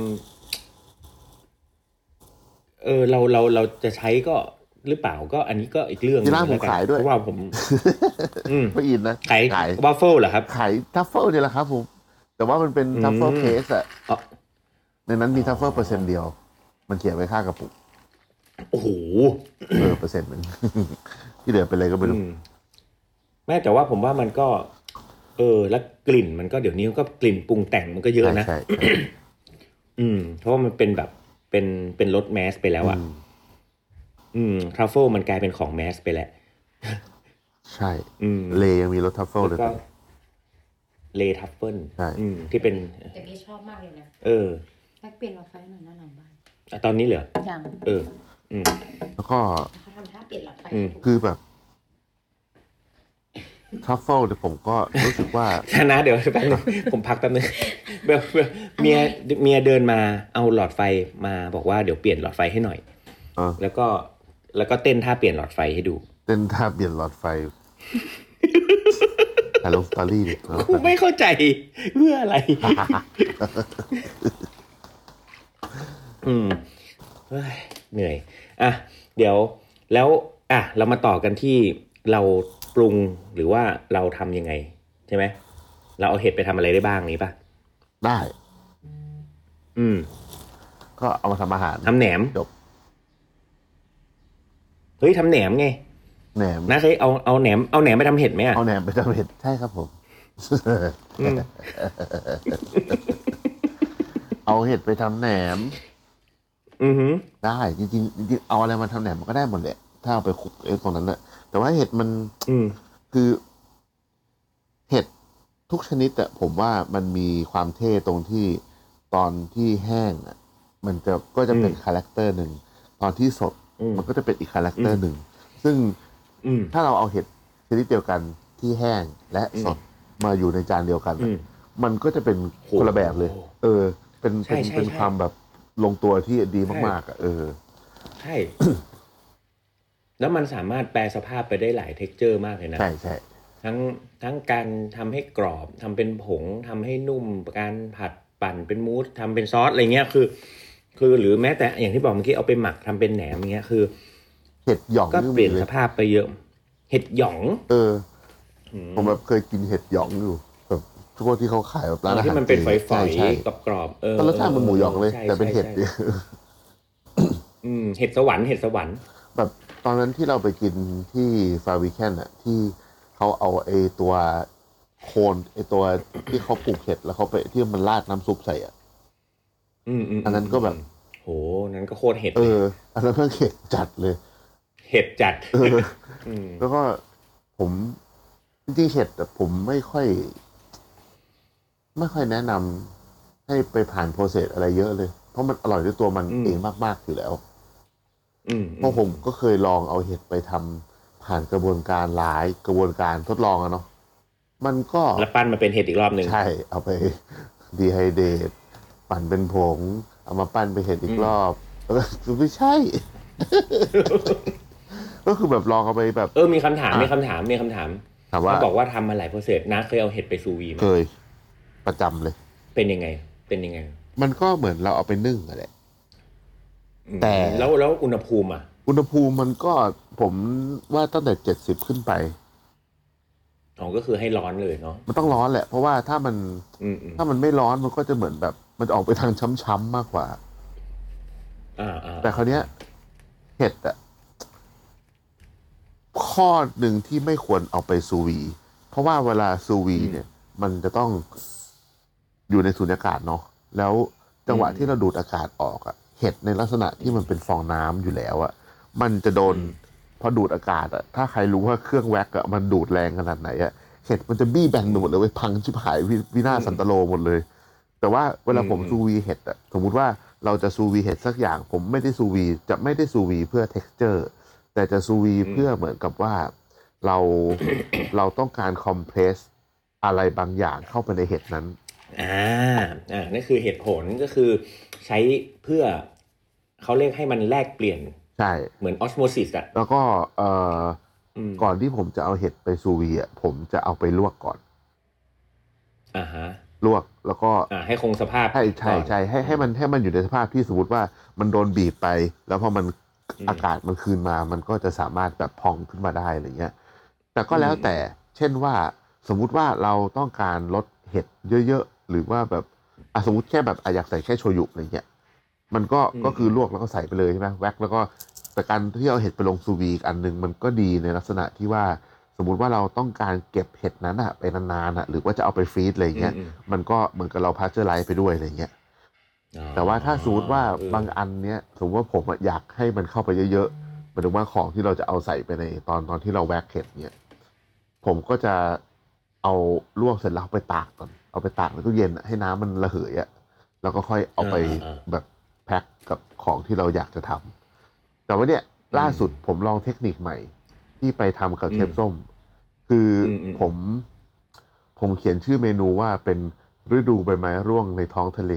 เราจะใช้ก็หรือเปล่าก็อันนี้ก็อีกเรื่อง
นึงแล้วกันเพ
ราะว่าผม
ไม่อินนะ
ขายวาฟเฟิลเหรอครับ
ขายทัฟเฟิลเนี่ยแหละครับผมแต่ว่ามันเป็นทัฟเฟิลเคสอะในนั้นมีทัฟเฟิล%เดียวมันเขียนไว้ข้างกระปุก
โอ้โห
%นึงที่เหลือเป็นอะไรก็ไม่รู้
แม้แต่ว่าผมว่ามันก็แล้วกลิ่นมันก็เดี๋ยวนี้ก็กลิ่นปรุงแต่งมันก็เยอะนะเพราะว่ามันเป็นแบบเป็นรสแมสไปแล้วอ่ะทรัฟเฟิลมันกลายเป็นของแมสไปแล้ว
ใช่เลยังมีรสทรัฟเฟิลเลย
เลทัฟเฟิลที่เป็น
แต่พี่ชอบมากเลยนะแม็กเปลี่ยนหลอดไฟหน่อยนะหลังบ้าน
ตอนนี้เหรอ
ยัง
แล้วก็
เขาทำท่าเปลี่ยนหลอดไฟ
คือแบบทรัฟเฟิลเดี๋ยวผมก็รู้สึกว่า
นะเดี๋ยวแป๊บนึงผมพักแป๊บนึงแบบเมียเดินมาเอาหลอดไฟมาบอกว่าเดี๋ยวเปลี่ยนหลอดไฟให้หน่อยแล้วก็เต้นท่าเปลี่ยนหลอดไฟให้ดู
เต้นท่าเปลี่ยนหลอดไฟถ่ายลงสตอรี่ดิ
กูไม่เข้าใจเพื่ออะไรเหนื่อยเดี๋ยวแล้วเรามาต่อกันที่เราปรุงหรือว่าเราทำยังไงใช่ไหมเราเอาเห็ดไปทำอะไรได้บ้างนี้ป่ะ
ได้ก็เอามาทำอาหาร
ทำแหนม
จบ
เฮ้ยทำแหนมไง
แหนม
นะเคยเอาแหนมไปทำเห็ดไหม
เอาแหนมไปทำเห็ดใช่ครับผมเอาเห็ดไปทำแหนมได้จริงๆเอาอะไรมาทำแหนมมันก็ได้หมดแหละถ้าเอาไปคลุกตรงนั้นน่ะแต่ว่าเห็ดมันคือเห็ดทุกชนิดอะผมว่ามันมีความเท่ตรงที่ตอนที่แห้งอะมันก็จะเป็นคาแรคเตอร์หนึ่งตอนที่สดมันก็จะเป็นอีกคาแรคเตอร์หนึ่งซึ่งถ้าเราเอาเห็ดชนิดเดียวกันที่แห้งและสดมาอยู่ในจานเดียวกันมันก็จะเป็นคนละแบบเลยเป็นความแบบลงตัวที่ดีมากๆอ่ะ
ใช่แล้วมันสามารถแปลสภาพไปได้หลายเท็กเจอร์มากเลยนะ
ใช่
ทั้งการทำให้กรอบทำเป็นผงทำให้นุ่มการผัดปั่นเป็นมูสทำเป็นซอสอะไรเงี้ยคือหรือแม้แต่อย่างที่บอกเมื่อกี้เอาไปหมักทำเป็นแหนมเงี้ยคือ
เห็ดหยอง
ก็เปลี่ยนสภาพไปเยอะเห็ดหยอง
ผมแบบเคยกินเห็ดหยองอยู่แบบทุกคนที่เขาขายแบบร้านอาหาร
ที่มันเป็นฝอยๆกรอบ
แต่รสชาติมันหมูหยองเลยแต่เป็นเห็ด
เห็ดสวรรค์
แบบตอนนั้นที่เราไปกินที่ฟาวิแคนอะที่เขาเอาตัวโคนไอตัวที่เขาปลูกเห็ดแล้วเขาไปที่มันราดน้ำซุปใส่อ่ะอันนั้นก็แบบ
โหนั้นก็โคตรเห็ด
อันนั้นเพิ่งเห็ดจัดเลย
เห็ดจัด
แล้วก็ผมจริงๆเห็ดแต่ผมไม่ค่อยแนะนำให้ไปผ่านโปรเซสอะไรเยอะเลยเพราะมันอร่อยด้วยตัวมันเองมากๆอยู่แล้วเพราะผมก็เคยลองเอาเห็ดไปทำผ่านกระบวนการหลายกระบวนการทดลองอะเนาะมันก็
แล้วปั้นมาเป็นเห็ดอีกรอบหนึ่ง
ใช่เอาไปดีไฮเดตปั่นเป็นผงเอามาปั้นเป็นเห็ดอีกรอบแล้วก็ไม่ใช่ ก็คือแบบลองเอาไปแบบ
มีคำถาม
ถามว่า
บอกว่าทำมาหลายโปรเซสนะเคยเอาเห็ดไปซูวีมั้ย
เคยประจำเลย
เป็นยังไง
มันก็เหมือนเราเอาไปนึ่งอะไรแต่
แล้วอุณหภูมิ
มันก็ผมว่าตั้งแต่70ขึ้นไป
ก็คือให้ร้อนเลยเนาะ
มันต้องร้อนแหละเพราะว่าถ้ามันไม่ร้อนมันก็จะเหมือนแบบมันออกไปทางช้ำๆมากกว่าแต่คราวเนี้ยเห็ดอะข้อหนึ่งที่ไม่ควรเอาไปซูวีเพราะว่าเวลาซูวีเนี่ยมันจะต้องอยู่ในสูญญากาศเนาะแล้วจังหวะที่เราดูดอากาศออกอะเห็ดในลักษณะที่มันเป็นฟองน้ำอยู่แล้วอะมันจะโดนพอดูดอากาศอะถ้าใครรู้ว่าเครื่องแว็กอะมันดูดแรงขนาดไหนอะเห็ดมันจะบี้แบนหมดเลยพังชิบหายวินาศสันตโลหมดเลยแต่ว่าเวลาผมซูวีเห็ดอะสมมุติว่าเราจะซูวีเห็ดสักอย่างผมไม่ได้ซูวีเพื่อ texture แต่จะซูวีเพื่อเหมือนกับว่าเราต้องการคอมเพรสอะไรบางอย่างเข้าไปในเห็ดนั้น
นั่นคือเหตุผลก็คือใช้เพื่อเขาเรียกให้มันแลกเปลี่ยน
ใช่
เหมือนออสโมซิสอ่ะ
แล้วก็ก่อนที่ผมจะเอาเห็ดไปซูวีอ่ะผมจะเอาไปลวกก่อนลวกแล้วก็
ให้คงสภาพ
ใช่ให้มันอยู่ในสภาพที่สมมติว่ามันโดนบีบไปแล้วพอมันอากาศมันคืนมามันก็จะสามารถแบบพองขึ้นมาได้อะไรเงี้ยแต่ก็แล้วแต่เช่นว่าสมมุติว่าเราต้องการลดเห็ดเยอะๆหรือว่าแบบสมมติแค่แบบอยากใส่แค่โชยุอะไรเงี้ยมันก็คือลวกแล้วก็ใส่ไปเลยใช่ไหมแว็กแล้วก็แต่การที่เอาเห็ดไปลงซูวีอีกอันนึงมันก็ดีในลักษณะที่ว่าสมมุติว่าเราต้องการเก็บเห็ดนั้นอะไปนานๆอะหรือว่าจะเอาไปฟรีซอะไรเงี้ยมันก็เหมือนกับเราพาสเจอร์ไลซ์ไปด้วยอะไรเงี้ยแต่ว่าถ้าสมมติว่าบางอันเนี้ยสมมติว่าผมอยากให้มันเข้าไปเยอะๆหมายถึงว่าของที่เราจะเอาใส่ไปในตอนที่เราแว็กเห็ดเนี่ยผมก็จะเอาลวกเสร็จแล้วไปตากก่อนเอาไปตากในตู้เย็นให้น้ำมันระเหยอะแล้วก็ค่อยเอาไปแบบแพ็คกับของที่เราอยากจะทำแต่ว่าเนี่ยล่าสุดผมลองเทคนิคใหม่ที่ไปทำกับเชฟส้มคือผมเขียนชื่อเมนูว่าเป็นฤดูใบไม้ร่วงในท้องทะเล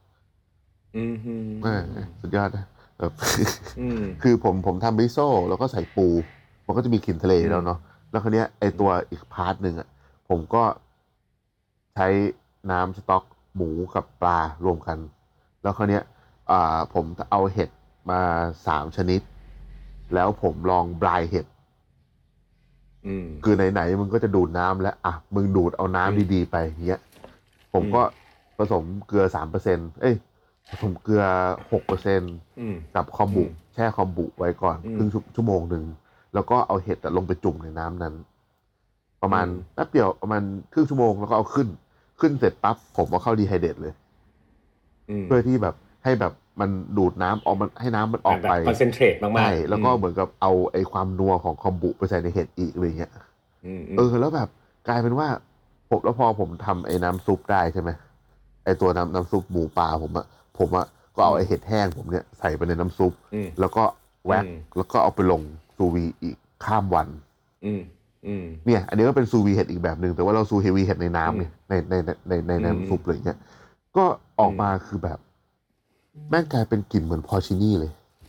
สุดยอดนะแบบคือผมทำริโซ่แล้วก็ใส่ปูมันก็จะมีกลิ่นทะเลแล้วเนาะแล้วคราวเนี้ยไอตัวอีกพาร์ทหนึ่งอ่ะผมก็ใช้น้ำสต๊อกหมูกับปลารวมกันแล้วคราวเนี้ยผมเอาเห็ดมา3 ชนิดแล้วผมลองบรายเห็ดคือไหนๆมึงก็จะดูดน้ำแล้วมึงดูดเอาน้ำดีๆไปเงี้ยผมก็ผสมเกลือ 3% ผสมเกลือ 6% กับคอมบุแช่คอมบุไว้ก่อนครึ่งชั่วโมงนึงแล้วก็เอาเห็ดลงไปจุ่มในน้ำนั้นประมาณแป๊บเดียวประมาณครึ่งชั่วโมงแล้วก็เอาขึ้นเสร็จปั๊บผมก็เข้าดีไฮเดตเลยเพื่อที่แบบให้แบบมันดูดน้ำออกมันให้น้ำมันออกไป
คอนเซนเทรตมากๆใช่
แล้วก็เหมือนกับเอาไอ้ความนัวของคอมบุไปใส่ในเห็ดอีกอะไรเงี้ยแล้วแบบกลายเป็นว่าพอผมทำไอ้น้ำซุปได้ใช่ไหมไอ้ตัวน้ำซุปหมูปลาผมก็เอาไอ้เห็ดแห้งผมเนี่ยใส่ไปในน้ำซุปแล้วก็แว็กแล้วก็เอาไปลงซูวีอีกข้ามวันเนี่ยอันนี้ก็เป็นซูวีเห็ดอีกแบบนึงแต่ว่าเราซูเฮวีเห็ดในน้ำเนี่ยในน้ำซุปอะไรเงี้ยก็ออกมาคือแบบแม่งกลายเป็นกลิ่นเหมือนพอชินี่เลย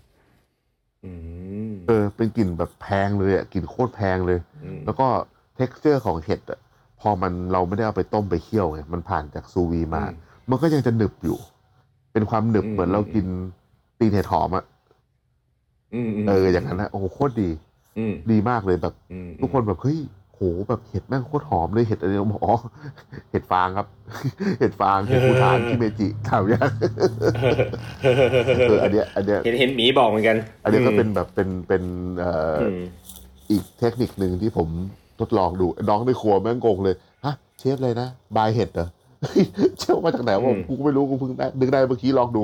เป็นกลิ่นแบบแพงเลยอ่ะกลิ่นโคตรแพงเลยแล้วก็เท็กซ์เจอร์ของเห็ดอ่ะพอเราไม่ได้เอาไปต้มไปเคี่ยวไงมันผ่านจากซูวีมามันก็ยังจะหนึบอยู่เป็นความหนึบเหมือนเรากินตีนเห็ดหอมอ่ะอย่างนั้นนะโอ้โหโคตรดีมากเลยแบบทุกคนแบบเฮ้ยโหแบบเห็ดแม่งโคตรหอมเลยเห็ดอะไรเห็ดฟางครับ เห็ดฟางเห็ดภูฐานคิเมจิข่าวยังอันเนี้ย
เห็นหมีบอกเหมือนกัน
อันนี้ก็เป็นแบบเป็นอีกเทคนิคนึงที่ผมทดลองดูน้องในครัวแม่งงงเลยฮะเชฟเลยนะบายเห็ดเหรอ เชฟมาจากไหนวะกูก็ไม่รู้กูเพิ่งได้นึกได้เมื่อกี้ลองดู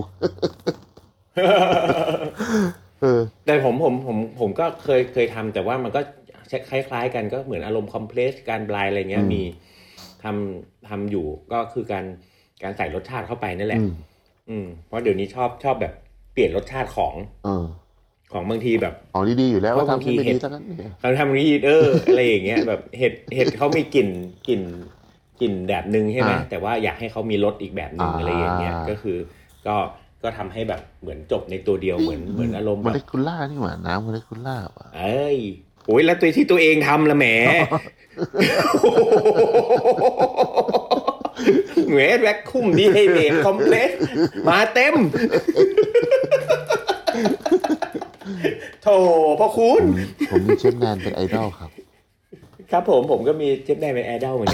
แต่ผมก็เคยทำแต่ว่ามันก็คล้ายๆกันก็เหมือนอารมณ์คอมเพลสการบลายอะไรเงี้ยมีทำอยู่ก็คือการใส่รสชาติเข้าไปนั่นแหละเพราะเดี๋ยวนี้ชอบแบบเปลี่ยนรสชาติของบางทีแบบ
ของดีๆอยู่แล้วทำให้ไม่ดีทั้งนั้น
เขาทำนี้อะไรอย่างเงี้ยแบบเห็ดเขามีกลิ่นแบบนึงใช่ไหมแต่ว่าอยากให้เขามีรสอีกแบบนึงอะไรอย่างเงี้ยก็คือก็ทำให้แบบเหมือนจบในตัวเดียวเหมือนอารมณ์
โมเลกุล่านี่หว่าน้ำโมเลกุล่าว่ะ
เอ้ยโอ้ยแล้วตัวเองทำละแหมเหนื่อยแว็กคุ้มดีไฮเดทคอมเพล็กซ์มาเต็มโธ่พ่อคุณ
ผมมีเชฟแนนเป็นไอดอลครับ
ครับผมก็มีเชฟแนนเป็นไอดอลเหมือนกัน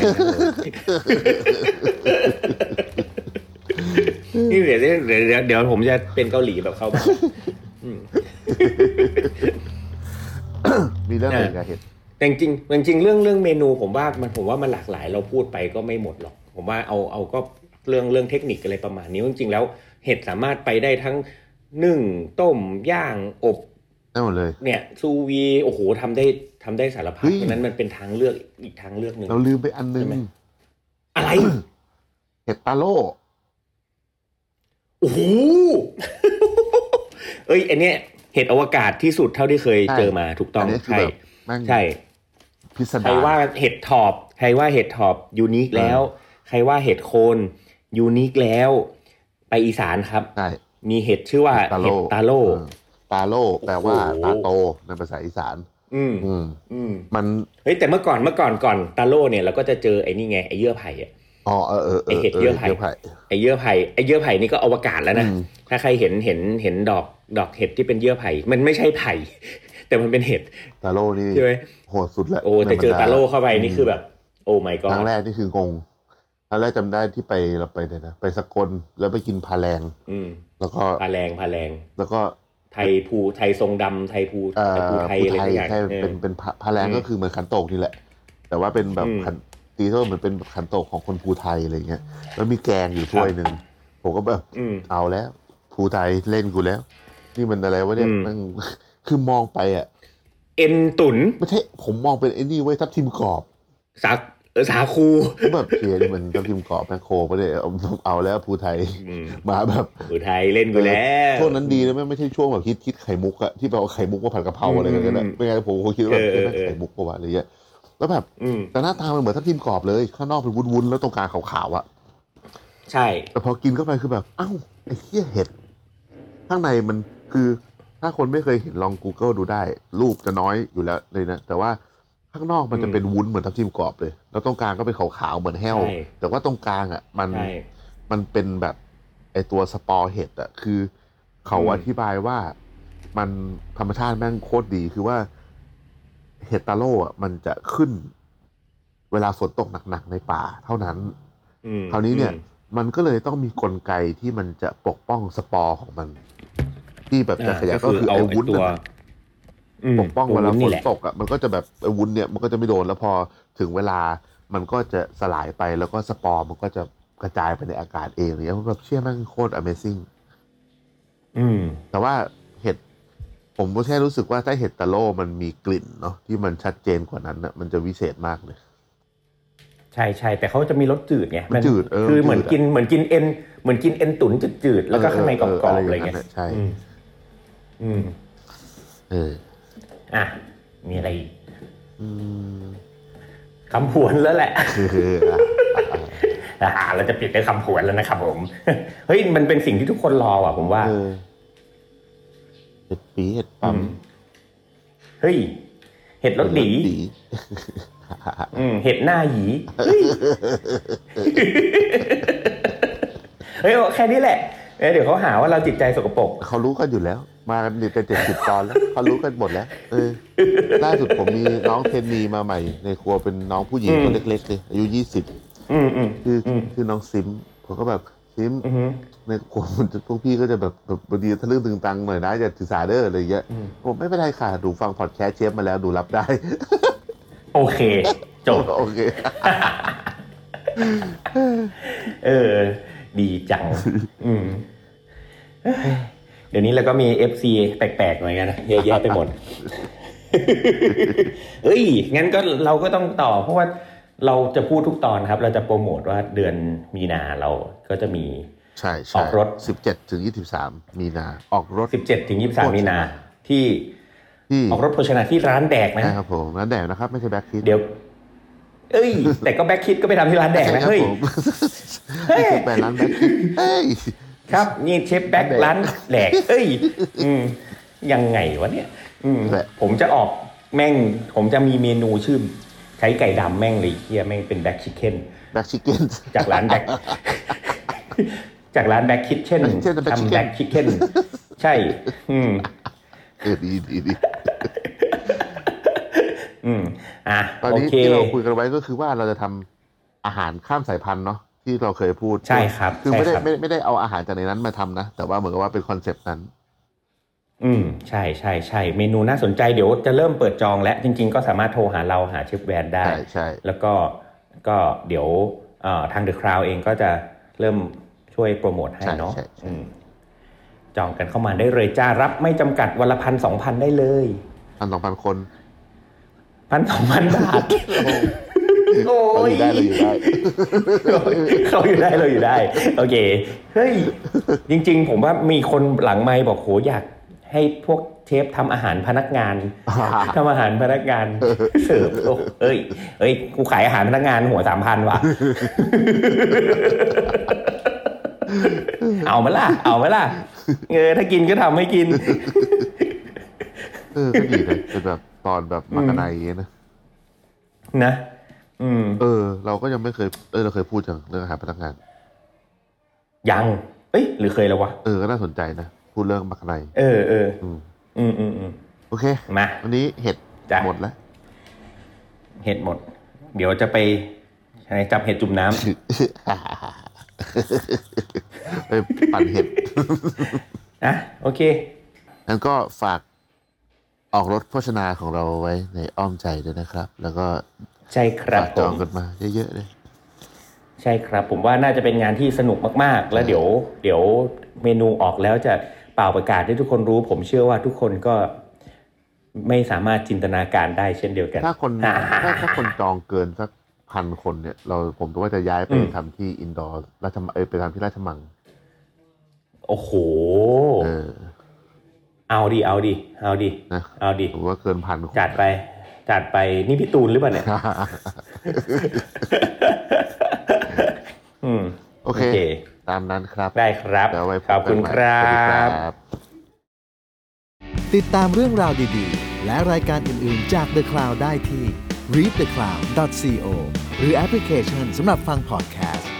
นี่เดี๋ยวผมจะเป็นเกาหลีแบบเขาบ้าง
มีเรื่องอะไรกันเห็น
แต่จริงเรื่องเมนูผมว่ามันหลากหลายเราพูดไปก็ไม่หมดหรอกผมว่าเอาก็เรื่องเทคนิคอะไรประมาณนี้จริงๆแล้วเห็ดสามารถไปได้ทั้งนึ่งต้มย่างอบ
ได้หมดเลย
เนี่ยซูวีโอ้โหทำได้สารพัดเพราะนั้นมันเป็นทางเลือกอีกทางเลือกนึง
เราลืมไปอันนึง
อะไร
เห็ดตาโล่
โอ้โหเอ้ยอันเนี้ยเห็ดอวกาศที่สุดเท่าที่เคยเจอมาถูกต้องใช่
พิสดาร
ใครว่าเห็ดถอบยูนิคแล้วใครว่าเห็ดโคนยูนิคแล้วไปอีสานครับมีเห็ดชื่อว่าเห็ดตาโล่
แปลว่าตาโตในภาษาอีสานมัน
เฮ้ยแต่เมื่อก่อนตาโล่เนี่ยเราก็จะเจอไอ้นี่ไงไอ้เยื่อไผ่อ่ะไอ้เห็ดเยื่อไผ่ไอ้เยื่อไผ่นี่ก็อวกาศแล้วนะถ้าใครเห็นดอกเห็ดที่เป็นเยื่อไผ่มันไม่ใช่ไผ่แต่มันเป็นเห็ด
ตาโล่นี่
ใช่ไหม
โหดสุดแล้ว
โอ้แต่เจอตาโล่เข้าไปนี่คือแบบโอ้ my god
ครั้งแรกนี่คืองงครั้งแรกจำได้ที่เราไปเลยนะไปสกลแล้วไปกินพาแรงแล้วก็
พาแรง
แล้วก็
ไทยทรงดำไทยภูไทยอะไรอย่างเงี้ย
ใช่เป็นพาแรงก็คือเหมือนขันโตกนี่แหละแต่ว่าเป็นแบบขันตีโต้เหมือนเป็นขันโตกของคนภูไทยอะไรเงี้ยแล้วมีแกงอยู่ถ้วยนึงผมก็แบบเอาแล้วภูไทยเล่นกูแล้วนี่มันอะไรวะเนี่ยมันคือมองไปอ่ะ
เอ็นตุ๋น
ไม่ใช่ผมมองเป็นไอ้นี่ไว้ทับทิมกรอบ
สาคู
แบบเชียร์มันทับทิมกรอบแมคโครไปเลยเอาแล้วภูไทยมาแบบ
ภูไทยเล่นกูแล้ว
ช่วงนั้นดีนะไม่ใช่ช่วงแบบคิดไข่มุกอะที่แบบไข่มุกว่าผัดกะเพราอะไรกันนะไม่งั้นผมคิดว่าไข่มุกกว่าอะไรเงี้ยแล้วแบบแต่หน้าตามันเหมือนทับทิมกรอบเลยข้างนอกเป็นวุ้นๆแล้วตรงกลางขาวๆอะ
ใช่
แต่พอกินเข้าไปคือแบบอ้าวไอ้เหี้ยเห็ดข้างในมันคือถ้าคนไม่เคยเห็นลอง Google ดูได้รูปจะน้อยอยู่แล้วเลยนะแต่ว่าข้างนอกมันจะเป็นวุ้นเหมือนทับทิมกรอบเลยแล้วตรงกลางก็เป็นขาวๆเหมือนแห้วแต่ว่าตรงกลางอ่ะมันเป็นแบบไอตัวสปอร์เห็ดอ่ะคือเขาอธิบายว่ามันธรรมชาติแม่งโคตรดีคือว่าเห็ดตาโล่อ่ะมันจะขึ้นเวลาฝนตกหนักๆในป่าเท่านั้นคราวนี้เนี่ยมันก็เลยต้องมีกลไกที่มันจะปกป้องสปอร์ของมันที่แบบจะขยายก็คือไอ้วุ้นปกป้องเวลาฝนตกอ่ะมันก็จะแบบไอ้วุ้นเนี่ยมันก็จะไม่โดนแล้วพอถึงเวลามันก็จะสลายไปแล้วก็สปอร์มันก็จะกระจายไปในอากาศเองเนี่ยแบบเชื่อมันโคตร Amazing แต่ว่าเห็ดผมก็แค่รู้สึกว่าถ้าเห็ดตาโล่มันมีกลิ่นเนาะที่มันชัดเจนกว่านั้นนะมันจะวิเศษมากเลย
ใช่แต่เขาจะมีรสจืดไง
มันจืด
คือเหมือนกินเอ็นตุ๋นจืดๆแล้วก็ข้างในกรอบๆอะไรเงี้ย
ใช่
มีอะไรอีกคำผวนแล้วแหละเราจะปิดด้วยคำผวนแล้วนะครับผมเฮ้ยมันเป็นสิ่งที่ทุกคนรออ่ะผมว่า
เห็ดปีเห็ดปั๊ม
เฮ้ยเห็ดรสดีเห็ดหน้าหยีเฮ้ยแค่นี้แหละเดี๋ยวเขาหาว่าเราจิตใจสกปรก
เขารู้กันอยู่แล้วมากันเป็น70 ตอนแล้วเขารู้กันหมดแล้วล่าสุดผมมีน้องเทนนีมาใหม่ในครัวเป็นน้องผู้หญิงตัวเล็กๆเลยอายุ20คือน้องซิมผมก็แบบซิมในครัวพวกพี่ก็จะแบบบางทีทะลึ่งตึงตังหน่อยนะจะถือสาเด้ออะไรอย่างเงี้ยผมไม่เป็นไรค่ะดูฟังพอดแคสต์เชฟมาแล้วดูรับได้
โอเคจบ
โอเค
ดีจังเดี๋ยวนี้เราก็มี FC แปลกๆเหมือนกันนะเยอะแยะไปหมด เอ้ยงั้นก็เราก็ต้องต่อเพราะว่าเราจะพูดทุกตอนครับเราจะโปรโมทว่าเดือนมีนาเราก็จะมี
ใช่
ออกรถ
17ถึง23มีนาออกรถ
17ถึง23มีนาที่ออกรถโภชนาที่ร้านแดกนะ
ครับผมร้านแดกนะครับไม่ใช่แบ็คคิด
เดี๋ยวแต่ก็แบ็คคิดก็ไปทำที่ร้านแดกนะเฮ้ย
ไปร้านแบ็คคิดเฮ้ย
ครับนี่เชฟแบ็คร้านแดกยังไงวะเนี่ยผมจะออกแม่งผมจะมีเมนูชื่อใช้ไก่ดำแม่งเลยเฮียแม่งเป็นแบ็คชิคเก้นจากร้านแบ็คจากร้านแบ็คคิทเช่นทำแบ็คชิคเก้นใช่
ดีตอนนี้ที่เราคุยกันไว้ก็คือว่าเราจะทำอาหารข้ามสายพันธุ์เนาะที่เราเคยพูด
ใช่ครับ
คือไม่ได้เอาอาหารจากในนั้นมาทำนะแต่ว่าเหมือนกับว่าเป็นคอนเซปต์นั้น
ใช่เมนูน่าสนใจเดี๋ยวจะเริ่มเปิดจองแล้วจริงๆก็สามารถโทรหาเราหาเชฟแวนได้
ใช่
แล้วก็เดี๋ยวทาง The Crown เองก็จะเริ่มช่วยโปรโมทให้เนาะจองกันเข้ามาได้เลยจ้ารับไม่จำกัดวันละ 1,000-2,000 ได้เลย
1,000-2,000 คน
1,000-2,000 บาทโอ้ย
เราอยู่ได้
เขาอยู่ได้โอเคเฮ้ยจริงๆผมว่ามีคนหลังไมค์บอกโหอยากให้พวกเชฟทำอาหารพนักงานทำอาหารพนักงานเสิร์ฟเอ้ยกูขายอาหารพนักงานหัว 3,000 ว่ะเอาไหมล่ะถ้ากินก็ทำให้กิน
ก็ดีนะเป็นแบบตอนแบบมักกะไนนะเราก็ยังไม่เคยเราเคยพูดเรื่องอาหารพนักงาน
ยังหรือเคยแล้ววะ
ก็น่าสนใจนะพูดเรื่องมักกะไนโอเค
มา
วันนี้เห็ดหมดแล้ว
เห็ดหมดเดี๋ยวจะไปจับเห็ดจุ่มน้ำ
ไปปั่นเห็ด
โอเค
งั้นก็ฝากออกรถโภชนาของเราไว้ในอ้อมใจด้วยนะครับแล้วก็
ใช่ครับ
จองกันมาเยอะๆเลย
ใช่ครับผมว่าน่าจะเป็นงานที่สนุกมากๆแล้วเดี๋ยวเมนูออกแล้วจะเป่าประกาศให้ทุกคนรู้ผมเชื่อว่าทุกคนก็ไม่สามารถจินตนาการได้เช่นเดียวกัน
ถ้าคนจองเกินสัก 1,000 คนเนี่ยผมก็ว่าจะย้ายไปทำที่อินดอร์ไปทำที่ราชมัง
โอ้โหเอาดิ
นะ
เอาดิ
ผมว่าเกิน 1,000 คน
จัดไปนี่พี่ตูนหรือเปล่าเนี่ย
โอเคตามนั้นครับ
ได้ครับขอบคุณครับ
ติดตามเรื่องราวดีๆและรายการอื่นๆจาก The Cloud ได้ที่ readthecloud.co หรือแอปพลิเคชันสำหรับฟังพอดแคสต์